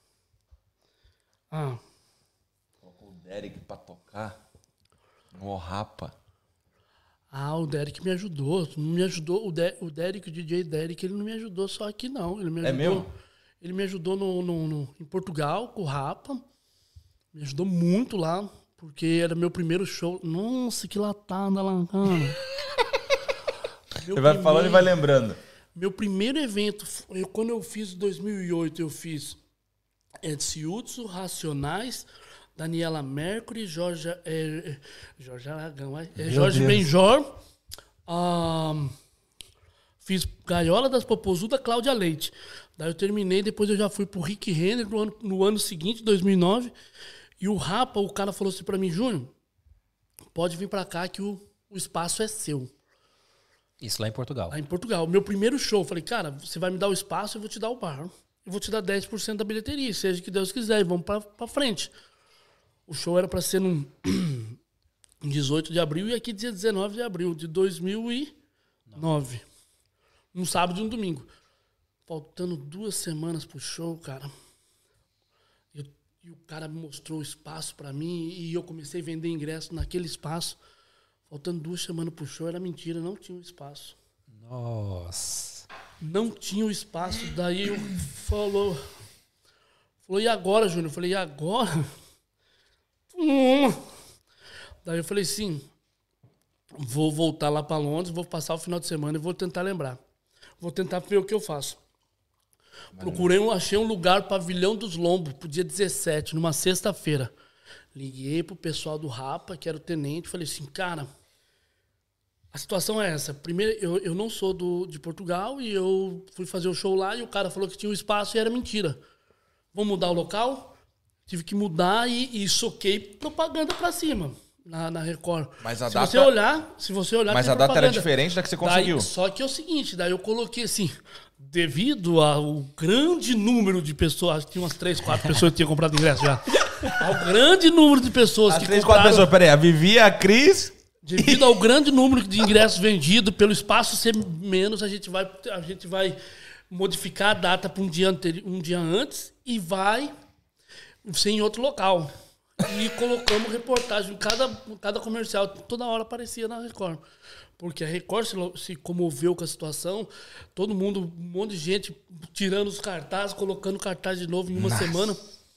Ah, Colocou o Derek pra tocar no Rapa. o Derek me ajudou. Não me ajudou. O Derek, o DJ Derek, ele não me ajudou só aqui, não. Ele me ajudou, mesmo? Ele me ajudou em Portugal, com o Rapa. Me ajudou muito lá, porque era meu primeiro show. Nossa, que latada lá, cara. Você vai falando e vai lembrando. Meu primeiro evento, quando eu fiz em 2008, eu fiz Edson Hudson, Racionais, Daniela Mercury, Jorge Aragão, Jorge Deus. Benjor, fiz Gaiola das Popozudas, Cláudia Leite. Daí eu terminei, depois eu já fui pro Rick Renner no ano seguinte, 2009, e o Rapa, o cara falou assim pra mim, Júnior, pode vir pra cá que o espaço é seu. Isso lá em Portugal. Lá em Portugal. Meu primeiro show, falei, cara, você vai me dar o espaço, eu vou te dar o bar. Eu vou te dar 10% da bilheteria, seja o que Deus quiser, e vamos pra frente. O show era pra ser em 18 de abril e aqui dia 19 de abril de 2009. Um sábado e um domingo. Faltando 2 semanas pro show, cara. E o cara mostrou o espaço pra mim e eu comecei a vender ingresso naquele espaço. Faltando 2 semanas pro show, era mentira, não tinha o espaço. Nossa. Não tinha o espaço. Daí eu falou, e agora, Júnior? Eu falei, e agora? Daí eu falei, sim, vou voltar lá para Londres, vou passar o final de semana e vou tentar lembrar. Vou tentar ver o que eu faço. Achei um lugar, Pavilhão dos Lombos, pro dia 17, numa sexta-feira. Liguei pro pessoal do Rapa, que era o tenente, falei assim, cara, a situação é essa. Primeiro, eu não sou de Portugal e eu fui fazer o show lá e o cara falou que tinha um espaço e era mentira. Vamos mudar o local? Tive que mudar e soquei propaganda pra cima na Record. Mas a se data... você olhar, Mas tem a data era propaganda. diferente da que você conseguiu. Só que é o seguinte, daí eu coloquei assim, devido ao grande número de pessoas, acho que tinha umas 3, 4 pessoas que tinham comprado ingresso já. Ao grande número de pessoas que 3, compraram... 4 pessoas, peraí, a Vivi, a Cris... Devido ao grande número de ingressos vendidos, pelo espaço ser menos, a gente vai modificar a data para um dia antes e vai ser em outro local. E colocamos reportagem, cada comercial, toda hora aparecia na Record. Porque a Record se comoveu com a situação, todo mundo, um monte de gente tirando os cartazes, colocando cartaz de novo em uma semana.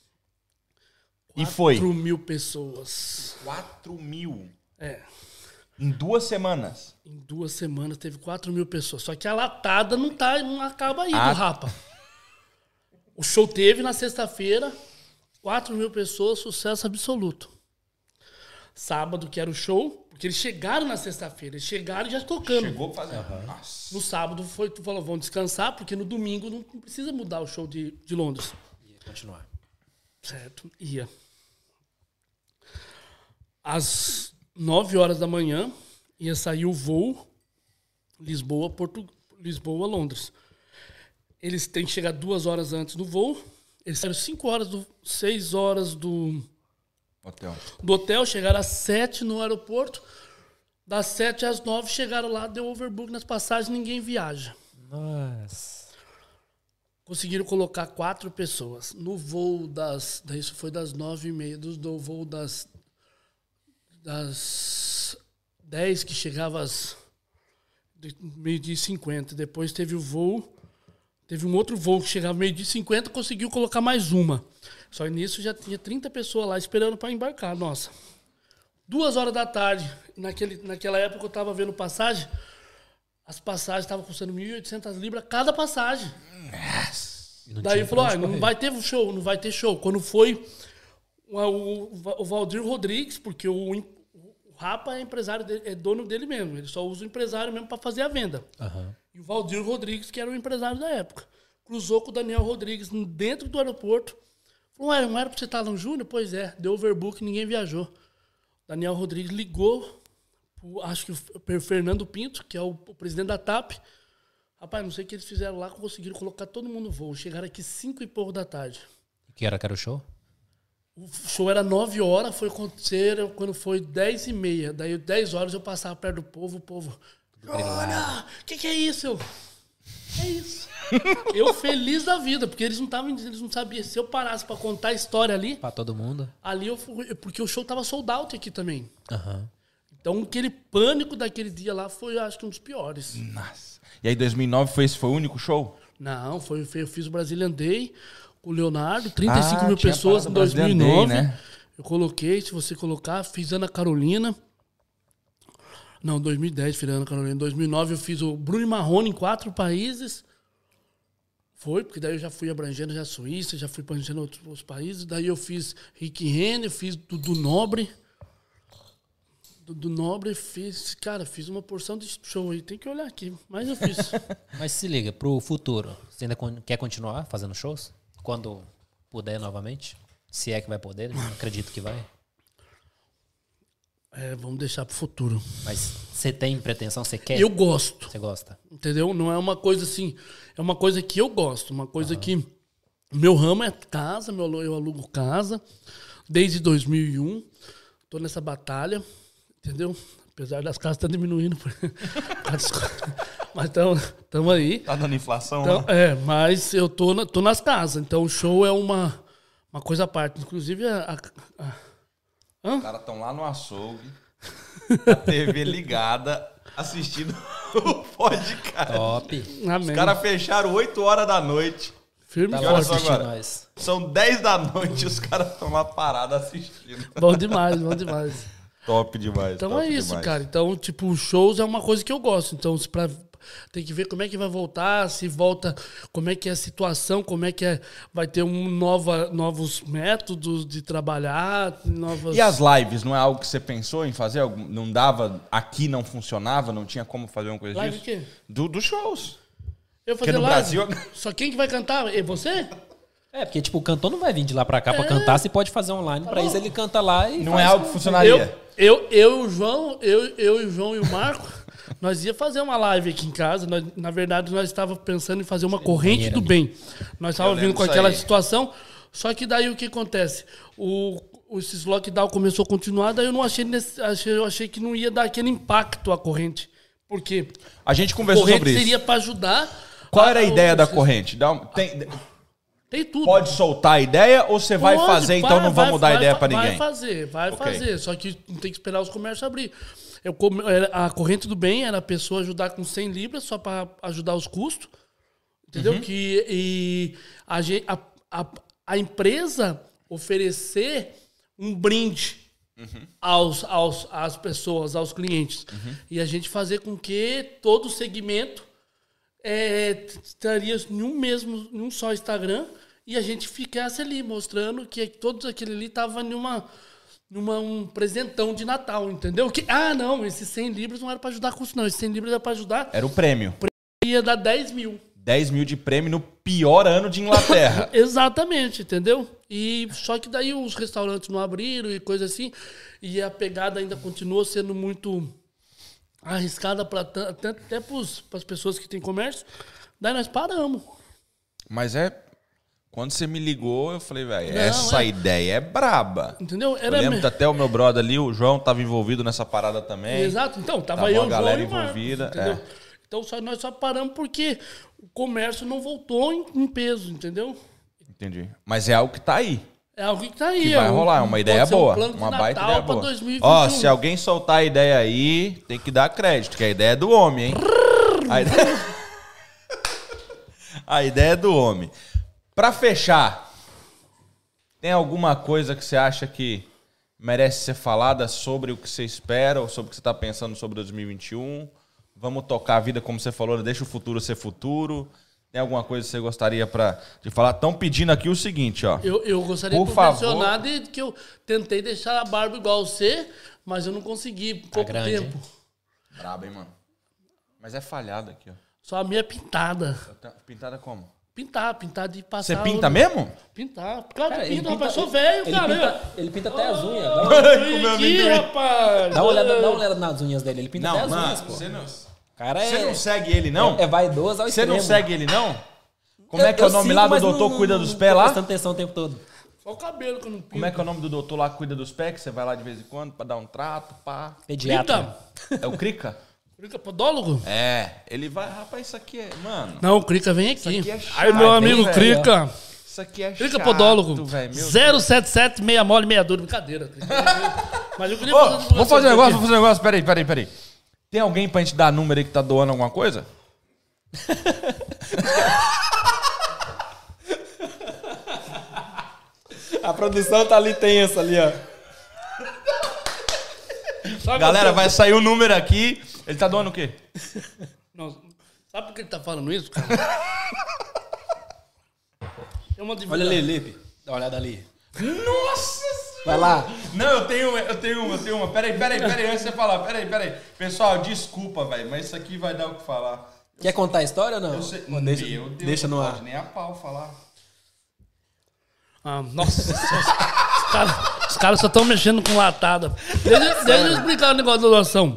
E foi? 4.000 pessoas. 4.000? É. Em 2 semanas? Em 2 semanas teve 4.000 pessoas. Só que a latada não acaba aí do Rapa. O show teve na sexta-feira, 4.000 pessoas, sucesso absoluto. Sábado, que era o show, porque eles chegaram na sexta-feira, eles chegaram já tocando. Chegou fazendo. Nossa. No sábado tu falou, vão descansar, porque no domingo não precisa mudar o show de Londres. Ia continuar. Certo, ia. Às 9 horas da manhã ia sair o voo Lisboa-Londres. Eles têm que chegar 2 horas antes do voo. Eles saíram 6 horas do hotel, chegaram às 7 no aeroporto. Das 7 às 9 chegaram lá, deu overbook nas passagens, ninguém viaja. Nossa. Conseguiram colocar 4 pessoas. No voo isso foi das 9h30, do voo das 10 que chegava às meio-dia e 50. Depois teve um outro voo que chegava meio-dia e 50, conseguiu colocar mais uma. Só que nisso já tinha 30 pessoas lá esperando para embarcar. Nossa. 2 horas da tarde, naquela época eu estava vendo passagem, as passagens estavam custando 1.800 libras cada passagem. Daí falou, não vai ter show. Quando foi o Valdir Rodrigues, porque o Rapa é empresário dele, é dono dele mesmo, ele só usa o empresário mesmo para fazer a venda. Uhum. E o Valdir Rodrigues, que era o empresário da época, cruzou com o Daniel Rodrigues dentro do aeroporto. Falou, não era para você estar no Júnior? Pois é, deu overbook, ninguém viajou. Daniel Rodrigues ligou, acho que o Fernando Pinto, que é o presidente da TAP. Rapaz, não sei o que eles fizeram lá, conseguiram colocar todo mundo no voo. Chegaram aqui 5 e pouco da tarde. Que era o show? O show era 9 horas, foi acontecer quando foi 10h30. Daí 10 horas eu passava perto do povo, o povo... Olha, que é isso? É isso. Eu feliz da vida, porque eles não sabiam. Se eu parasse pra contar a história ali... Pra todo mundo. Ali eu fui... Porque o show tava sold out aqui também. Aham. Então aquele pânico daquele dia lá foi, acho que, um dos piores. Nossa. E aí 2009 esse foi o único show? Não, eu fiz o Brazilian Day com o Leonardo, 35 mil tinha pessoas em parado o Brazilian 2009. Day, né? Eu coloquei, se você colocar, fiz Ana Carolina. Não, 2010 fiz Ana Carolina. Em 2009 eu fiz o Bruno e Marrone em 4 países. Foi, porque daí eu já fui abrangendo já a Suíça, já fui abrangendo outros países. Daí eu fiz Rick Renner, fiz do Nobre. Do Nobre fiz fiz uma porção de show aí. Tem que olhar aqui, mas eu fiz. Mas se liga, pro futuro, você ainda quer continuar fazendo shows? Quando puder novamente? Se é que vai poder, eu acredito que vai. Vamos deixar pro futuro. Mas você tem pretensão, você quer? Eu gosto. Você gosta? Entendeu? Não é uma coisa assim... É uma coisa que eu gosto. Uma coisa que... Meu ramo é casa, eu alugo casa. Desde 2001. Tô nessa batalha. Entendeu? Apesar das casas estar diminuindo. Mas estamos aí. Tá dando inflação, Então, né? mas eu tô nas casas. Então o show é uma coisa à parte. Inclusive Os caras estão lá no açougue, a TV ligada, assistindo o podcast. Top. Amém. Os caras fecharam 8 horas da noite. Firme Tá e lá olha forte. só assistindo agora. nós. São 10 da noite e os caras estão lá parados assistindo. Bom demais, bom demais. Top demais. Então top é isso, demais. cara. Então, tipo, shows é uma coisa que eu gosto. Então, tem que ver como é que vai voltar, se volta, como é que é a situação, como é que vai ter novos métodos de trabalhar, novas... E as lives, não é algo que você pensou em fazer? Não dava, aqui não funcionava, não tinha como fazer uma coisa Live disso? o quê? Dos shows. Eu Porque fazer no live? Brasil- Só quem que vai cantar? É você? É, porque tipo, o cantor não vai vir de lá pra cá pra cantar, se pode fazer online. Pra isso ele canta lá e Não faz é algo que funcionaria. Eu e o João e o Marco, nós ia fazer uma live aqui em casa. Na verdade, nós estávamos pensando em fazer uma corrente do bem. Nós estávamos vindo lembro com disso aquela aí. situação. Só que daí o que acontece? Esses lockdown começou a continuar, daí eu não eu achei que não ia dar aquele impacto à corrente. Porque A gente a conversou corrente sobre isso. seria para ajudar. Qual era a ideia da corrente? Tem tudo. Pode soltar a ideia ou você vai Pode, fazer, então não vamos dar ideia pra ninguém? Vai Ok. fazer. Só que tem que esperar os comércios abrir. A corrente do bem era a pessoa ajudar com 100 libras só para ajudar os custos. Entendeu? E a empresa oferecer um brinde às pessoas, aos clientes. E a gente fazer com que todo o segmento estaria em um só Instagram e a gente ficasse ali mostrando que todos aquele ali estavam um presentão de Natal, entendeu? Não, esses 100 libras não era para ajudar custo, não. Esses 100 libras era para ajudar. Era o prêmio. Ia dar 10 mil. 10 mil de prêmio no pior ano de Inglaterra. Exatamente, entendeu? E só que daí os restaurantes não abriram e coisa assim. E a pegada ainda continuou sendo muito arriscada até para as pessoas que têm comércio. Daí nós paramos. Mas quando você me ligou, eu falei, velho, Não, essa ideia é braba. Entendeu? Eu lembro que até o meu brother ali, o João, tava envolvido nessa parada também. Exato. Então, tava Tava eu, uma o galera João e o Marcos, envolvida, entendeu? Então nós só paramos porque o comércio não voltou em peso, entendeu? Entendi. Mas é algo que tá aí. É algo que tá aí. Que vai rolar, é uma ideia boa. Plano de Uma baita Natal ideia pra boa. 2021. Ó, se alguém soltar a ideia aí, tem que dar crédito, que a ideia é do homem, hein? A ideia é do homem. Pra fechar, tem alguma coisa que você acha que merece ser falada sobre o que você espera ou sobre o que você tá pensando sobre 2021? Vamos tocar a vida como você falou, deixa o futuro ser futuro. Tem alguma coisa que você gostaria de falar? Estão pedindo aqui o seguinte, ó. Eu gostaria Por de favor. mencionar que eu tentei deixar a barba igual você, mas eu não consegui por pouco grande, tempo. Brabo, hein, mano? Mas é falhado aqui, ó. Só a minha pintada. Pintada como? Pintar de passar... Você pinta mesmo? Pintar. Claro Cara, que ele pinta, pinta- rapaz. Sou velho, cara. Ele pinta até as unhas. Olha aqui, rapaz. Dá uma olhada nas unhas dele. Ele pinta até as unhas, pô. você não... Cara, Você não segue ele, não? É vaidoso ao Você extremo. não segue ele, não? Como é que é o nome sigo, lá do mas doutor não- cuida dos não pés tô lá? prestando atenção o tempo todo. Só o cabelo que eu não pinto. Como é que é o nome do doutor lá que cuida dos pés? Que você vai lá de vez em quando pra dar um trato, pá. Pediatra. Crica? É o Crica? Crica podólogo? É. Ele vai... Rapaz, isso aqui é... Mano... Não, o Crica vem aqui. aqui é chato, Aí, meu amigo hein, Crica. Isso aqui é Crica chato, podólogo. velho. 077, meia mole, meia dura. Brincadeira. Mas eu queria Vou fazer um negócio. Peraí. Tem alguém pra gente dar número aí que tá doando alguma coisa? A produção tá ali tensa ali, ó. Galera, vai sair o número aqui. Ele tá doando o quê? Não, sabe por que ele tá falando isso, cara? É uma Olha divulgação. ali, Lipe. Dá uma olhada ali. Nossa Senhora! Vai lá. Não, eu tenho uma. Peraí, antes de você falar. Peraí. Pessoal, desculpa, velho, mas isso aqui vai dar o que falar. Quer contar a história ou não? Eu sei... Ou deixa, Meu Deus, deixa no não ar. pode nem a pau falar. Ah, nossa, os caras só estão mexendo com latada. Deixa eu explicar o negócio da doação.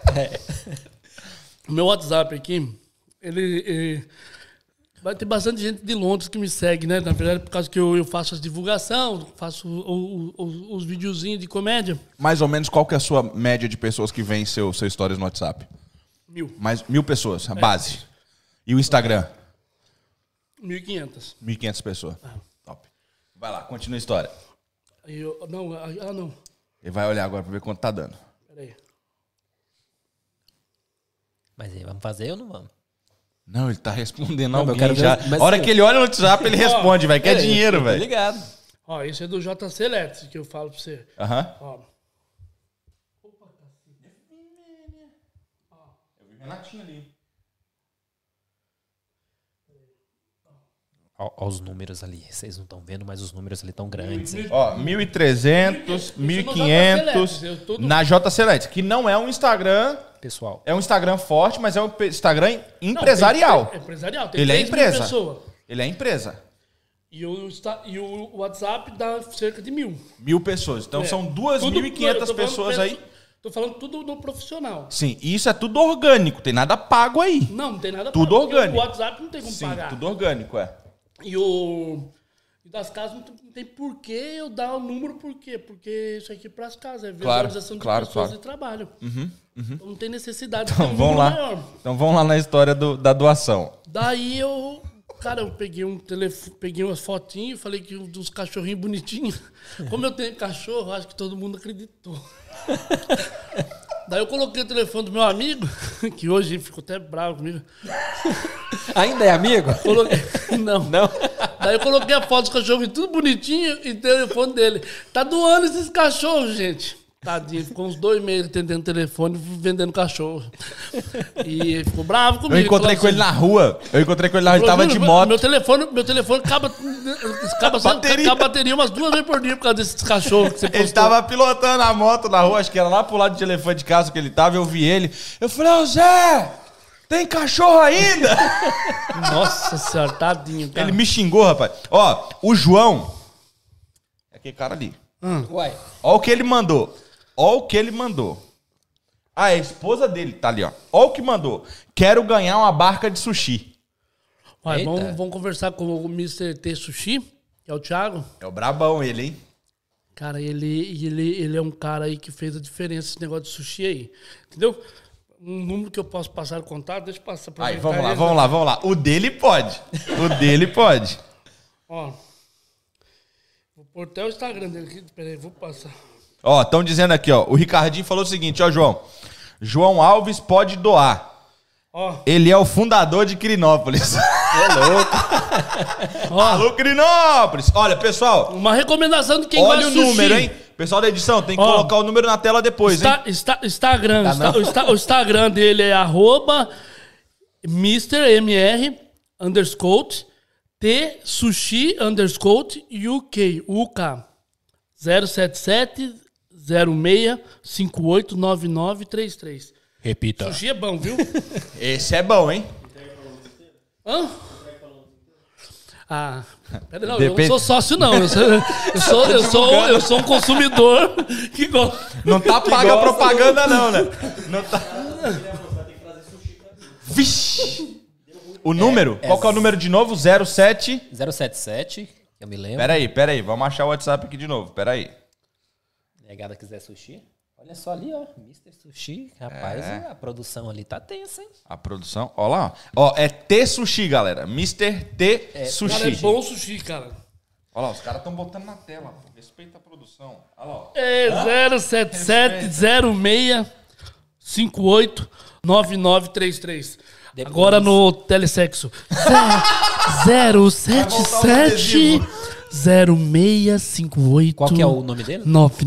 O meu WhatsApp aqui, ele vai ter bastante gente de Londres que me segue, né? Na verdade, por causa que eu faço as divulgação, faço os videozinhos de comédia. Mais ou menos, qual que é a sua média de pessoas que veem seu stories no WhatsApp? 1.000. Mais 1.000 pessoas, a base. E o Instagram? 1.500. 1.500 pessoas. Top. Vai lá, continua a história. Aí eu, não. Ele vai olhar agora pra ver quanto tá dando. Peraí. Mas aí, vamos fazer ou não vamos? Não, ele tá respondendo Não, alguém eu quero ver- já. mas A hora sim. que ele olha no WhatsApp, ele responde, velho. Quer dinheiro, Tô velho. ligado. Ó, esse é do JC Electric que eu falo pra você. Aham. Ó. Eu vi o Renatinho ali. Ó os números ali. Vocês não estão vendo, mas os números ali estão grandes. Hein? Ó, 1.300, 1.500 na JC Electric, que não é um Instagram, Pessoal. é um Instagram forte, mas é um Instagram empresarial. É empresarial. Tem Ele é 3.000 empresa. pessoas. Ele é empresa. E o WhatsApp dá cerca de 1.000. 1.000 pessoas. Então É. são Tudo- eu 2.500 tô falando pessoas aí. Tô falando tudo no profissional. Sim, e isso é tudo orgânico, tem nada pago aí. Não tem nada Tudo pago, porque orgânico. O WhatsApp não tem como Sim, pagar. tudo orgânico, é. E das casas não tem por que eu dar o número, por quê? Porque isso aqui é para as casas, é visualização de pessoas claro. de trabalho. Então não tem necessidade de Então ter um vamos número lá. maior. Então vamos lá na história da doação. Daí eu peguei um telefone, peguei umas fotinhas, falei que dos cachorrinhos bonitinhos. Como eu tenho cachorro, acho que todo mundo acreditou. Daí eu coloquei o telefone do meu amigo, que hoje ficou até bravo comigo. Ainda é amigo? Coloquei... Não. Não? Daí eu coloquei a foto dos cachorros tudo bonitinho e o telefone dele. Tá doando esses cachorros, gente. Tadinho, ficou uns 2 meses atendendo telefone vendendo cachorro. E ele ficou bravo comigo. Eu encontrei falou com ele assim, na rua. Ele tava de moto. Meu telefone acaba a bateria umas 2 vezes por dia por causa desses cachorros que você postou. Ele tava pilotando a moto na rua, acho que era lá pro lado de elefante de casa que ele tava, eu vi ele. Eu falei, ô Zé, tem cachorro ainda? Nossa senhora, tadinho, cara. Ele me xingou, rapaz. Ó, o João, é aquele cara ali. Uai. Ó o que ele mandou. A esposa dele tá ali, ó. Ó o que mandou. Quero ganhar uma barca de sushi. Vai, Eita. vamos conversar com o Mr. T Sushi, que é o Thiago. É o brabão ele, hein? Cara, ele é um cara aí que fez a diferença esse negócio de sushi aí. Entendeu? Um número que eu posso passar o contato, deixa eu passar pra Aí, vamos lá. O dele pode. Ó. Vou pôr até o Instagram dele aqui. Peraí, vou passar. Ó, estão dizendo aqui, ó. O Ricardinho falou o seguinte, ó, João. João Alves pode doar. Ó. Ele é o fundador de Quirinópolis. Ó. Alô, Quirinópolis. Olha, pessoal, Uma recomendação de quem olha gosta o de sushi. número, hein? Pessoal da edição, tem que Ó. colocar o número na tela depois, hein? Instagram. O Instagram dele é @Mr. T Sushi UK. 077 06 58 9933. Repita. Sushi é bom, viu? Esse é bom, hein? Hã? Ah, pera, não, Depende. eu não sou sócio, não. Eu sou um consumidor que gosta. Não tá paga a propaganda, não, né? Não tá. Vixe! O número? Qual que é o número de novo? 07 077 Eu me lembro. Pera aí. Vamos achar o WhatsApp aqui de novo. Pera aí. Negada quiser sushi. Olha só ali, ó. Mr. Sushi. Rapaz, a produção ali tá tensa, hein? A produção. Ó lá. Ó, é T Sushi, galera. Mr. T Sushi. Cara, é bom sushi, cara. Ó lá, os caras estão botando na tela. Pô. Respeita a produção. Olha lá, ó. É 077-06-58-9933. Agora no telesexo. 077 0658 Qual que é o nome dele?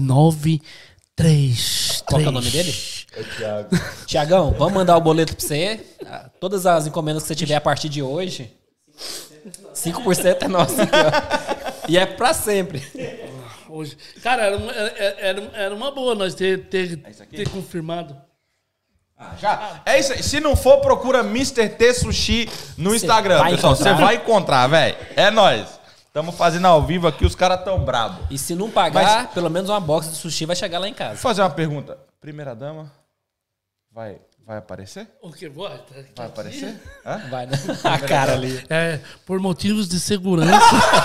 9933. Qual que é o nome dele? É Thiago. Tiagão, vamos mandar o boleto pra você. Todas as encomendas que você tiver a partir de hoje, 5% é nosso aqui, ó. E é pra sempre. Hoje. Cara, era uma boa nós ter confirmado. Já. É isso aí. Se não for, procura Mr. T Sushi no Instagram, pessoal. Você vai encontrar, velho. É nóis. Estamos fazendo ao vivo aqui, os caras tão bravos. E se não pagar, pelo menos uma box de sushi vai chegar lá em casa. Vou fazer uma pergunta. Primeira dama, vai aparecer? O que? Vai Aparecer? Hã? Vai, né? A cara ali. É, por motivos de segurança.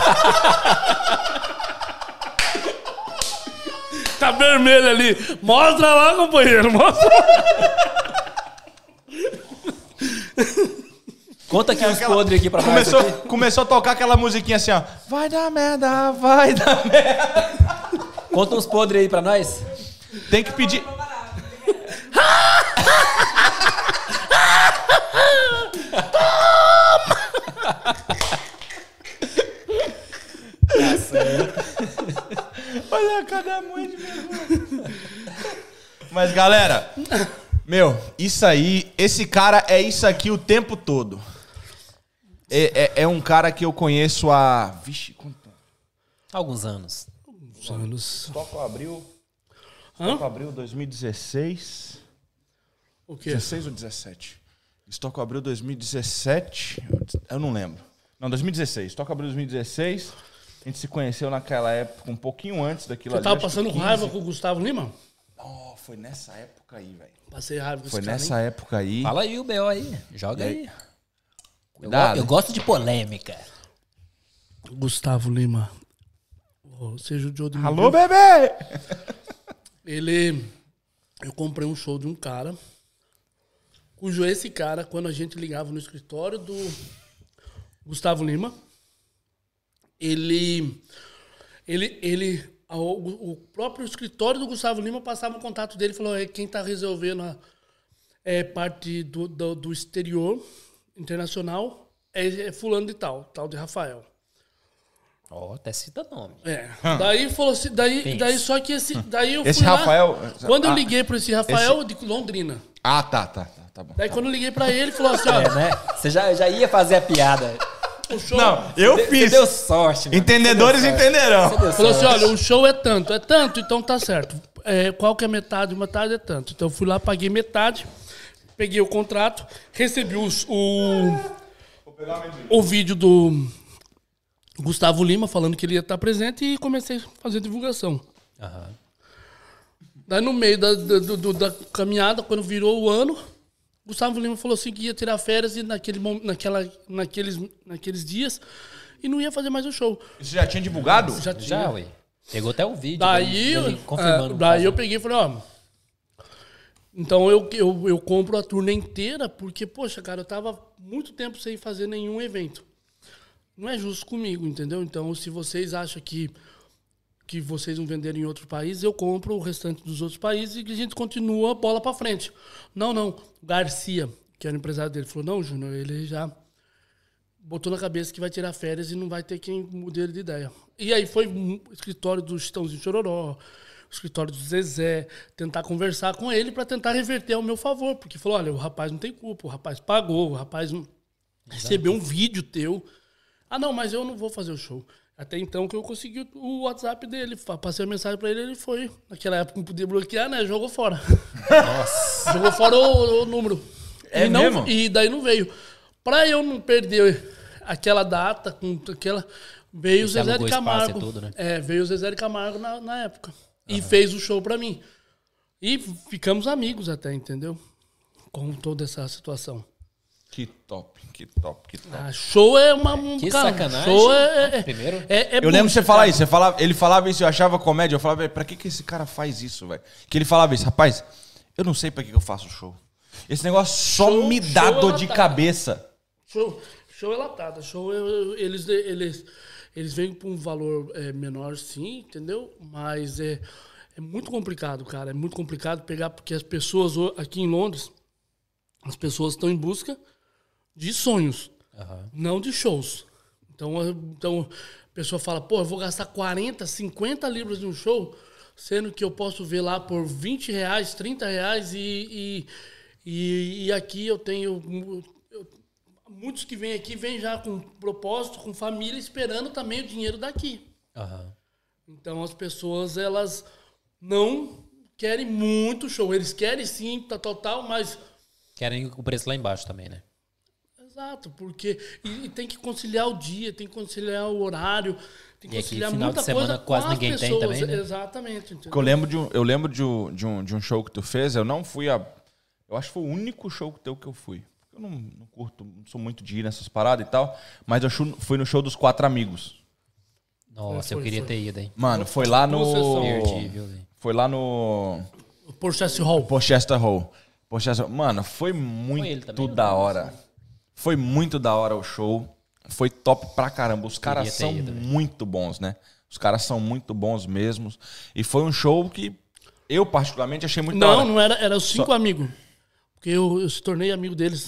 Tá vermelho ali. Mostra lá, companheiro. Mostra. Conta aqui uns podres aqui pra nós. Começou a tocar aquela musiquinha assim, ó. Vai dar merda, vai dar merda. Conta uns podres aí pra nós. Tem que pedir... Olha a cada mãe de vergonha. Mas, galera, isso aí, esse cara é isso aqui o tempo todo. É um cara que eu conheço há... Vixe, quanto? Alguns anos. Estoco abril 2016. O quê? 16 ou 17? Estoco abril 2017. Eu não lembro. Não, 2016. Estoco abril 2016. A gente se conheceu naquela época, um pouquinho antes daquilo ali. Você tava passando raiva com o Gustavo Lima? Oh, foi nessa época aí, velho. Passei raiva com esse Foi cara, nessa hein? época aí. Fala aí o B.O. aí. Joga aí. Cuidado. Eu gosto de polêmica. Gustavo Lima. Você judiou de mim. Alô, viu? bebê! Eu comprei um show de um cara, cujo esse cara, quando a gente ligava no escritório do Gustavo Lima, o próprio escritório do Gustavo Lima passava o contato dele e falou: quem tá resolvendo parte do exterior internacional é fulano de tal de Rafael. Ó, até cita nome. Daí falou assim, daí só que daí eu fui Esse lá, Rafael... quando eu liguei pra esse Rafael de Londrina. Ah, tá bom. Daí quando eu liguei pra ele, falou assim, ó, Né? Você já ia fazer a piada. o show... Não, eu Você fiz. deu sorte, mano. Entendedores Você deu sorte. entenderão. Você deu Falou assim, sorte. olha, o show é tanto, então tá certo. Qual que é metade? Metade é tanto. Então eu fui lá, paguei metade, peguei o contrato, recebi o vídeo do Gustavo Lima falando que ele ia estar presente e comecei a fazer divulgação. Aham. Daí no meio da caminhada, quando virou o ano, Gustavo Lima falou assim que ia tirar férias e naqueles dias e não ia fazer mais o show. Isso já tinha divulgado? Já, ué. Pegou até o vídeo. Daí, dele confirmando. daí eu peguei e falei, ó... Então eu compro a turnê inteira porque, poxa, cara, eu tava muito tempo sem fazer nenhum evento. Não é justo comigo, entendeu? Então, se vocês acham que vocês vão vender em outro país, eu compro o restante dos outros países e a gente continua a bola pra frente. Não. O Garcia, que era o empresário dele, falou, não, Júnior, ele já botou na cabeça que vai tirar férias e não vai ter quem mude ele de ideia. E aí foi o escritório do Chitãozinho Chororó, o escritório do Zezé, tentar conversar com ele para tentar reverter ao meu favor. Porque falou, olha, o rapaz não tem culpa, o rapaz pagou, o rapaz recebeu um vídeo teu. Ah, não, mas eu não vou fazer o show. Até então que eu consegui o WhatsApp dele, passei a mensagem para ele, ele foi. Naquela época não podia bloquear, né? Jogou fora. Nossa. Jogou fora o número. É mesmo? E daí não veio. Para eu não perder aquela data, com aquela... Veio o Você Zezé de alugou espaço Camargo. e tudo, né? Veio o Zezé de Camargo na época. E fez o show pra mim. E ficamos amigos até, entendeu? Com toda essa situação. Que top, que top, que top. Show é uma... Que cara, sacanagem. Show Primeiro. Eu lembro de você falar isso. Ele falava isso, eu achava comédia. Eu falava, velho, pra que esse cara faz isso, velho? Que ele falava isso, rapaz, eu não sei pra que eu faço show. Esse negócio só me dá dor de cabeça. Show é latada. Show, eles vêm com um valor menor, sim, entendeu? Mas é muito complicado, cara. É muito complicado pegar, porque as pessoas aqui em Londres, as pessoas estão em busca de sonhos, não de shows. Então a pessoa fala, pô, eu vou gastar 40, 50 libras de um show, sendo que eu posso ver lá por 20 reais, 30 reais e aqui eu tenho... Muitos que vêm aqui vêm já com propósito, com família, esperando também o dinheiro daqui. Então as pessoas, elas não querem muito show. Eles querem sim, total, mas... Querem o preço lá embaixo também, né? Exato, porque... E tem que conciliar o dia, tem que conciliar o horário, tem que conciliar final muita de semana coisa quase com as ninguém tem pessoas. também, né? Exatamente. Entendeu? Eu lembro de um show que tu fez, eu não fui eu acho que foi o único show teu que eu fui. Eu não curto, não sou muito de ir nessas paradas e tal, mas eu fui no show dos 4 Amigos. Nossa, eu queria ter ido, hein? Mano, foi lá no... Perdi, viu, velho? Foi lá no... Porchester Hall. Porchester Hall. Mano, foi muito da hora. Foi muito da hora o show. Foi top pra caramba. Os caras são muito bons, né? Os caras são muito bons mesmo. E foi um show que eu particularmente achei muito da hora. Não era. Era os 5 amigos. Porque eu se tornei amigo deles.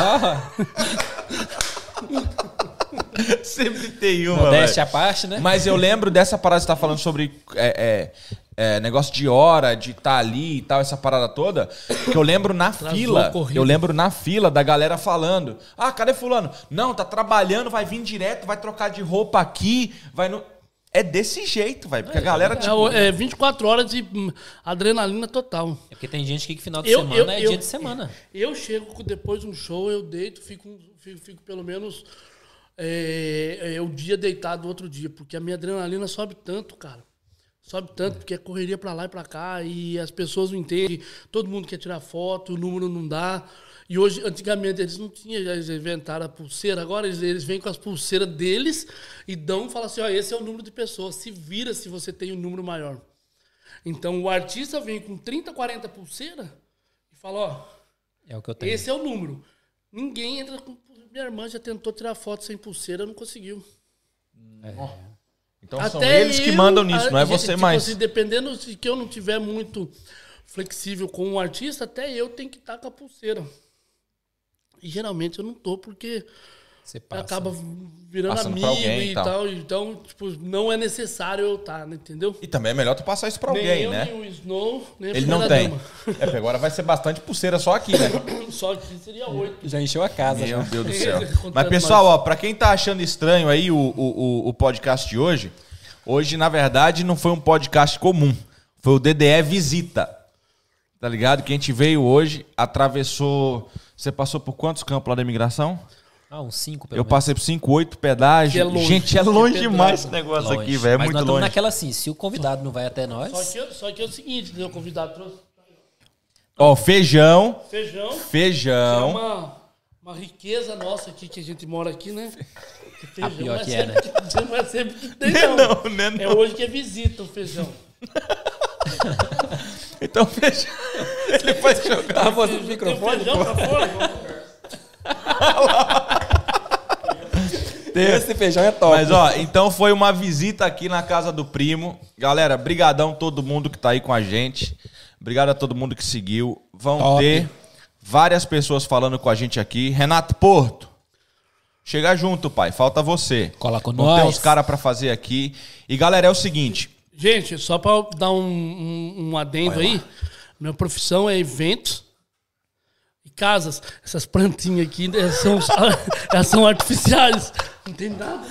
Sempre tem uma, modéstia à parte, né? Mas eu lembro dessa parada que você tá falando sobre negócio de hora, de estar ali e tal, essa parada toda, que eu lembro na fila. Eu lembro na fila da galera falando, ah, cadê fulano? Não, tá trabalhando, vai vir direto, vai trocar de roupa aqui, vai no... É desse jeito, velho, porque a galera... tipo... 24 horas de adrenalina total. É porque tem gente que final de semana é dia de semana. Eu chego depois de um show, eu deito, fico pelo menos o dia deitado outro dia, porque a minha adrenalina sobe tanto, cara. Sobe tanto, porque é correria pra lá e pra cá, e as pessoas não entendem, todo mundo quer tirar foto, o número não dá. E hoje, antigamente, eles não tinham, eles inventaram a pulseira, agora eles vêm com as pulseiras deles e dão e falam assim, ó, esse é o número de pessoas, se vira se você tem um número maior. Então o artista vem com 30, 40 pulseiras e fala, ó, é o que eu tenho. Esse é o número. Ninguém entra com... Minha irmã já tentou tirar foto sem pulseira, não conseguiu. Então são eles que mandam nisso, não é você mais. Assim, dependendo de que eu não tiver muito flexível com o artista, até eu tenho que estar com a pulseira. E geralmente eu não tô, porque você acaba virando amigo e tal. Então, tipo, não é necessário eu estar, né, entendeu? E também é melhor tu passar isso pra alguém, né? Nem o Snow, nem a Ele não tem. Porque agora vai ser bastante pulseira só aqui, né? Só aqui seria 8. Já encheu a casa, Meu já. Deus do céu. Mas, pessoal, ó, pra quem tá achando estranho aí o podcast de hoje, na verdade, não foi um podcast comum. Foi o DDE Visita. Tá ligado? Que a gente veio hoje, atravessou... Você passou por quantos campos lá da imigração? Uns 5, pelo menos. Eu passei por 5, 8 pedágios. Gente, é longe demais esse negócio aqui, velho. É muito longe. Mas nós estamos naquela assim, se o convidado não vai até nós... Só que é o seguinte, o convidado trouxe... Ó, feijão. É uma riqueza nossa aqui, que a gente mora aqui, né? Feijão, a pior que né? Não é sempre que tem, não. É hoje que é visita o feijão. Então, feijão... Ele vai jogar o microfone. Feijão pra fora, Esse feijão é top. Mas, ó, então foi uma visita aqui na casa do primo. Galera, brigadão todo mundo que tá aí com a gente. Obrigado a todo mundo que seguiu. Vão ter várias pessoas falando com a gente aqui. Renato Porto, chega junto, pai. Falta você. Cola com nós. Tem uns caras pra fazer aqui. E, galera, é o seguinte... Gente, só pra dar um adendo aí, minha profissão é eventos e casas. Essas plantinhas aqui elas são artificiais. Não tem nada.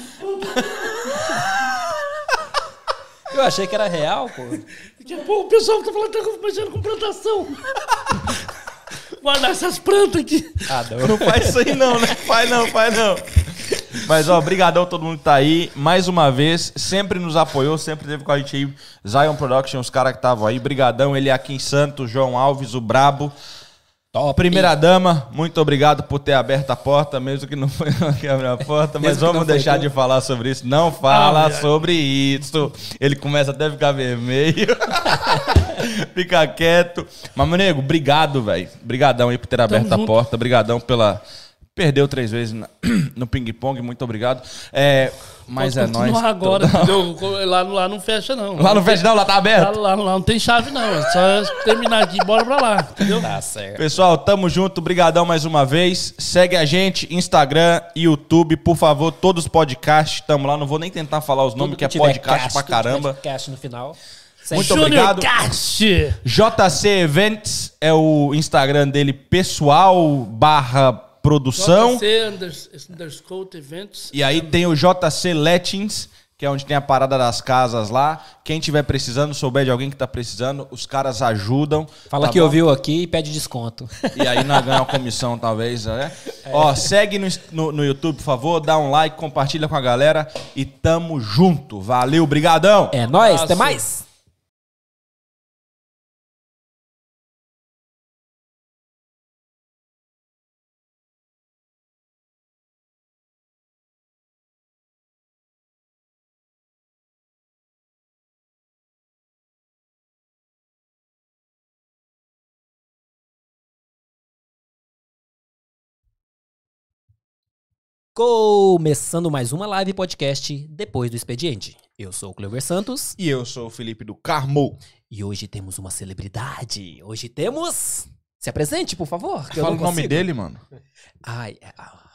Eu achei que era real, pô. Daqui a pouco o pessoal tá falando que tá mexendo com plantação. Guardar essas plantas aqui. Não faz isso aí não, né? Faz não. Mas, ó, brigadão todo mundo que tá aí. Mais uma vez, sempre nos apoiou, sempre teve com a gente aí. Zion Production, os caras que estavam aí. Brigadão, ele aqui em Santos, João Alves, o Brabo. Top. Primeira dama, muito obrigado por ter aberto a porta, mesmo que não foi ela que abriu a porta, mas Mesmo que vamos não foi deixar tu. de falar sobre isso. Não fala sobre isso. Ele começa até a ficar vermelho. Fica quieto. Mas, meu nego, obrigado, velho. Obrigadão aí por ter aberto a junto. porta. Obrigadão pela... Perdeu 3 vezes no ping-pong, muito obrigado. Mas Pode é nóis. continuar agora, entendeu? Lá não fecha, não. Lá no fecha não, lá tá aberto. Lá não tem chave, não. É só terminar aqui e bora pra lá, entendeu? Tá certo. Pessoal, tamo junto, brigadão mais uma vez. Segue a gente, Instagram, YouTube, por favor, todos os podcasts, tamo lá. Não vou nem tentar falar os nomes, Tudo que é tiver podcast pra tudo que tiver caramba. Cast no final. Muito Júnior obrigado. Cast! JC Events é o Instagram dele pessoal / produção. _Underscore Eventos. E aí tem o JC Lettings, que é onde tem a parada das casas lá. Quem tiver precisando, souber de alguém que tá precisando, os caras ajudam. Fala tá que bom? ouviu aqui e pede desconto. E aí nós ganhamos uma comissão, talvez, né? Ó, segue no YouTube, por favor, dá um like, compartilha com a galera e tamo junto. Valeu, brigadão! É nóis, Abraço. até mais. Começando mais uma live podcast depois do expediente. Eu sou o Clever Santos E eu sou o Felipe do Carmo. e hoje temos uma celebridade. Hoje temos... Se apresente, por favor. Que eu Fala não o nome consigo. dele, mano. Ai,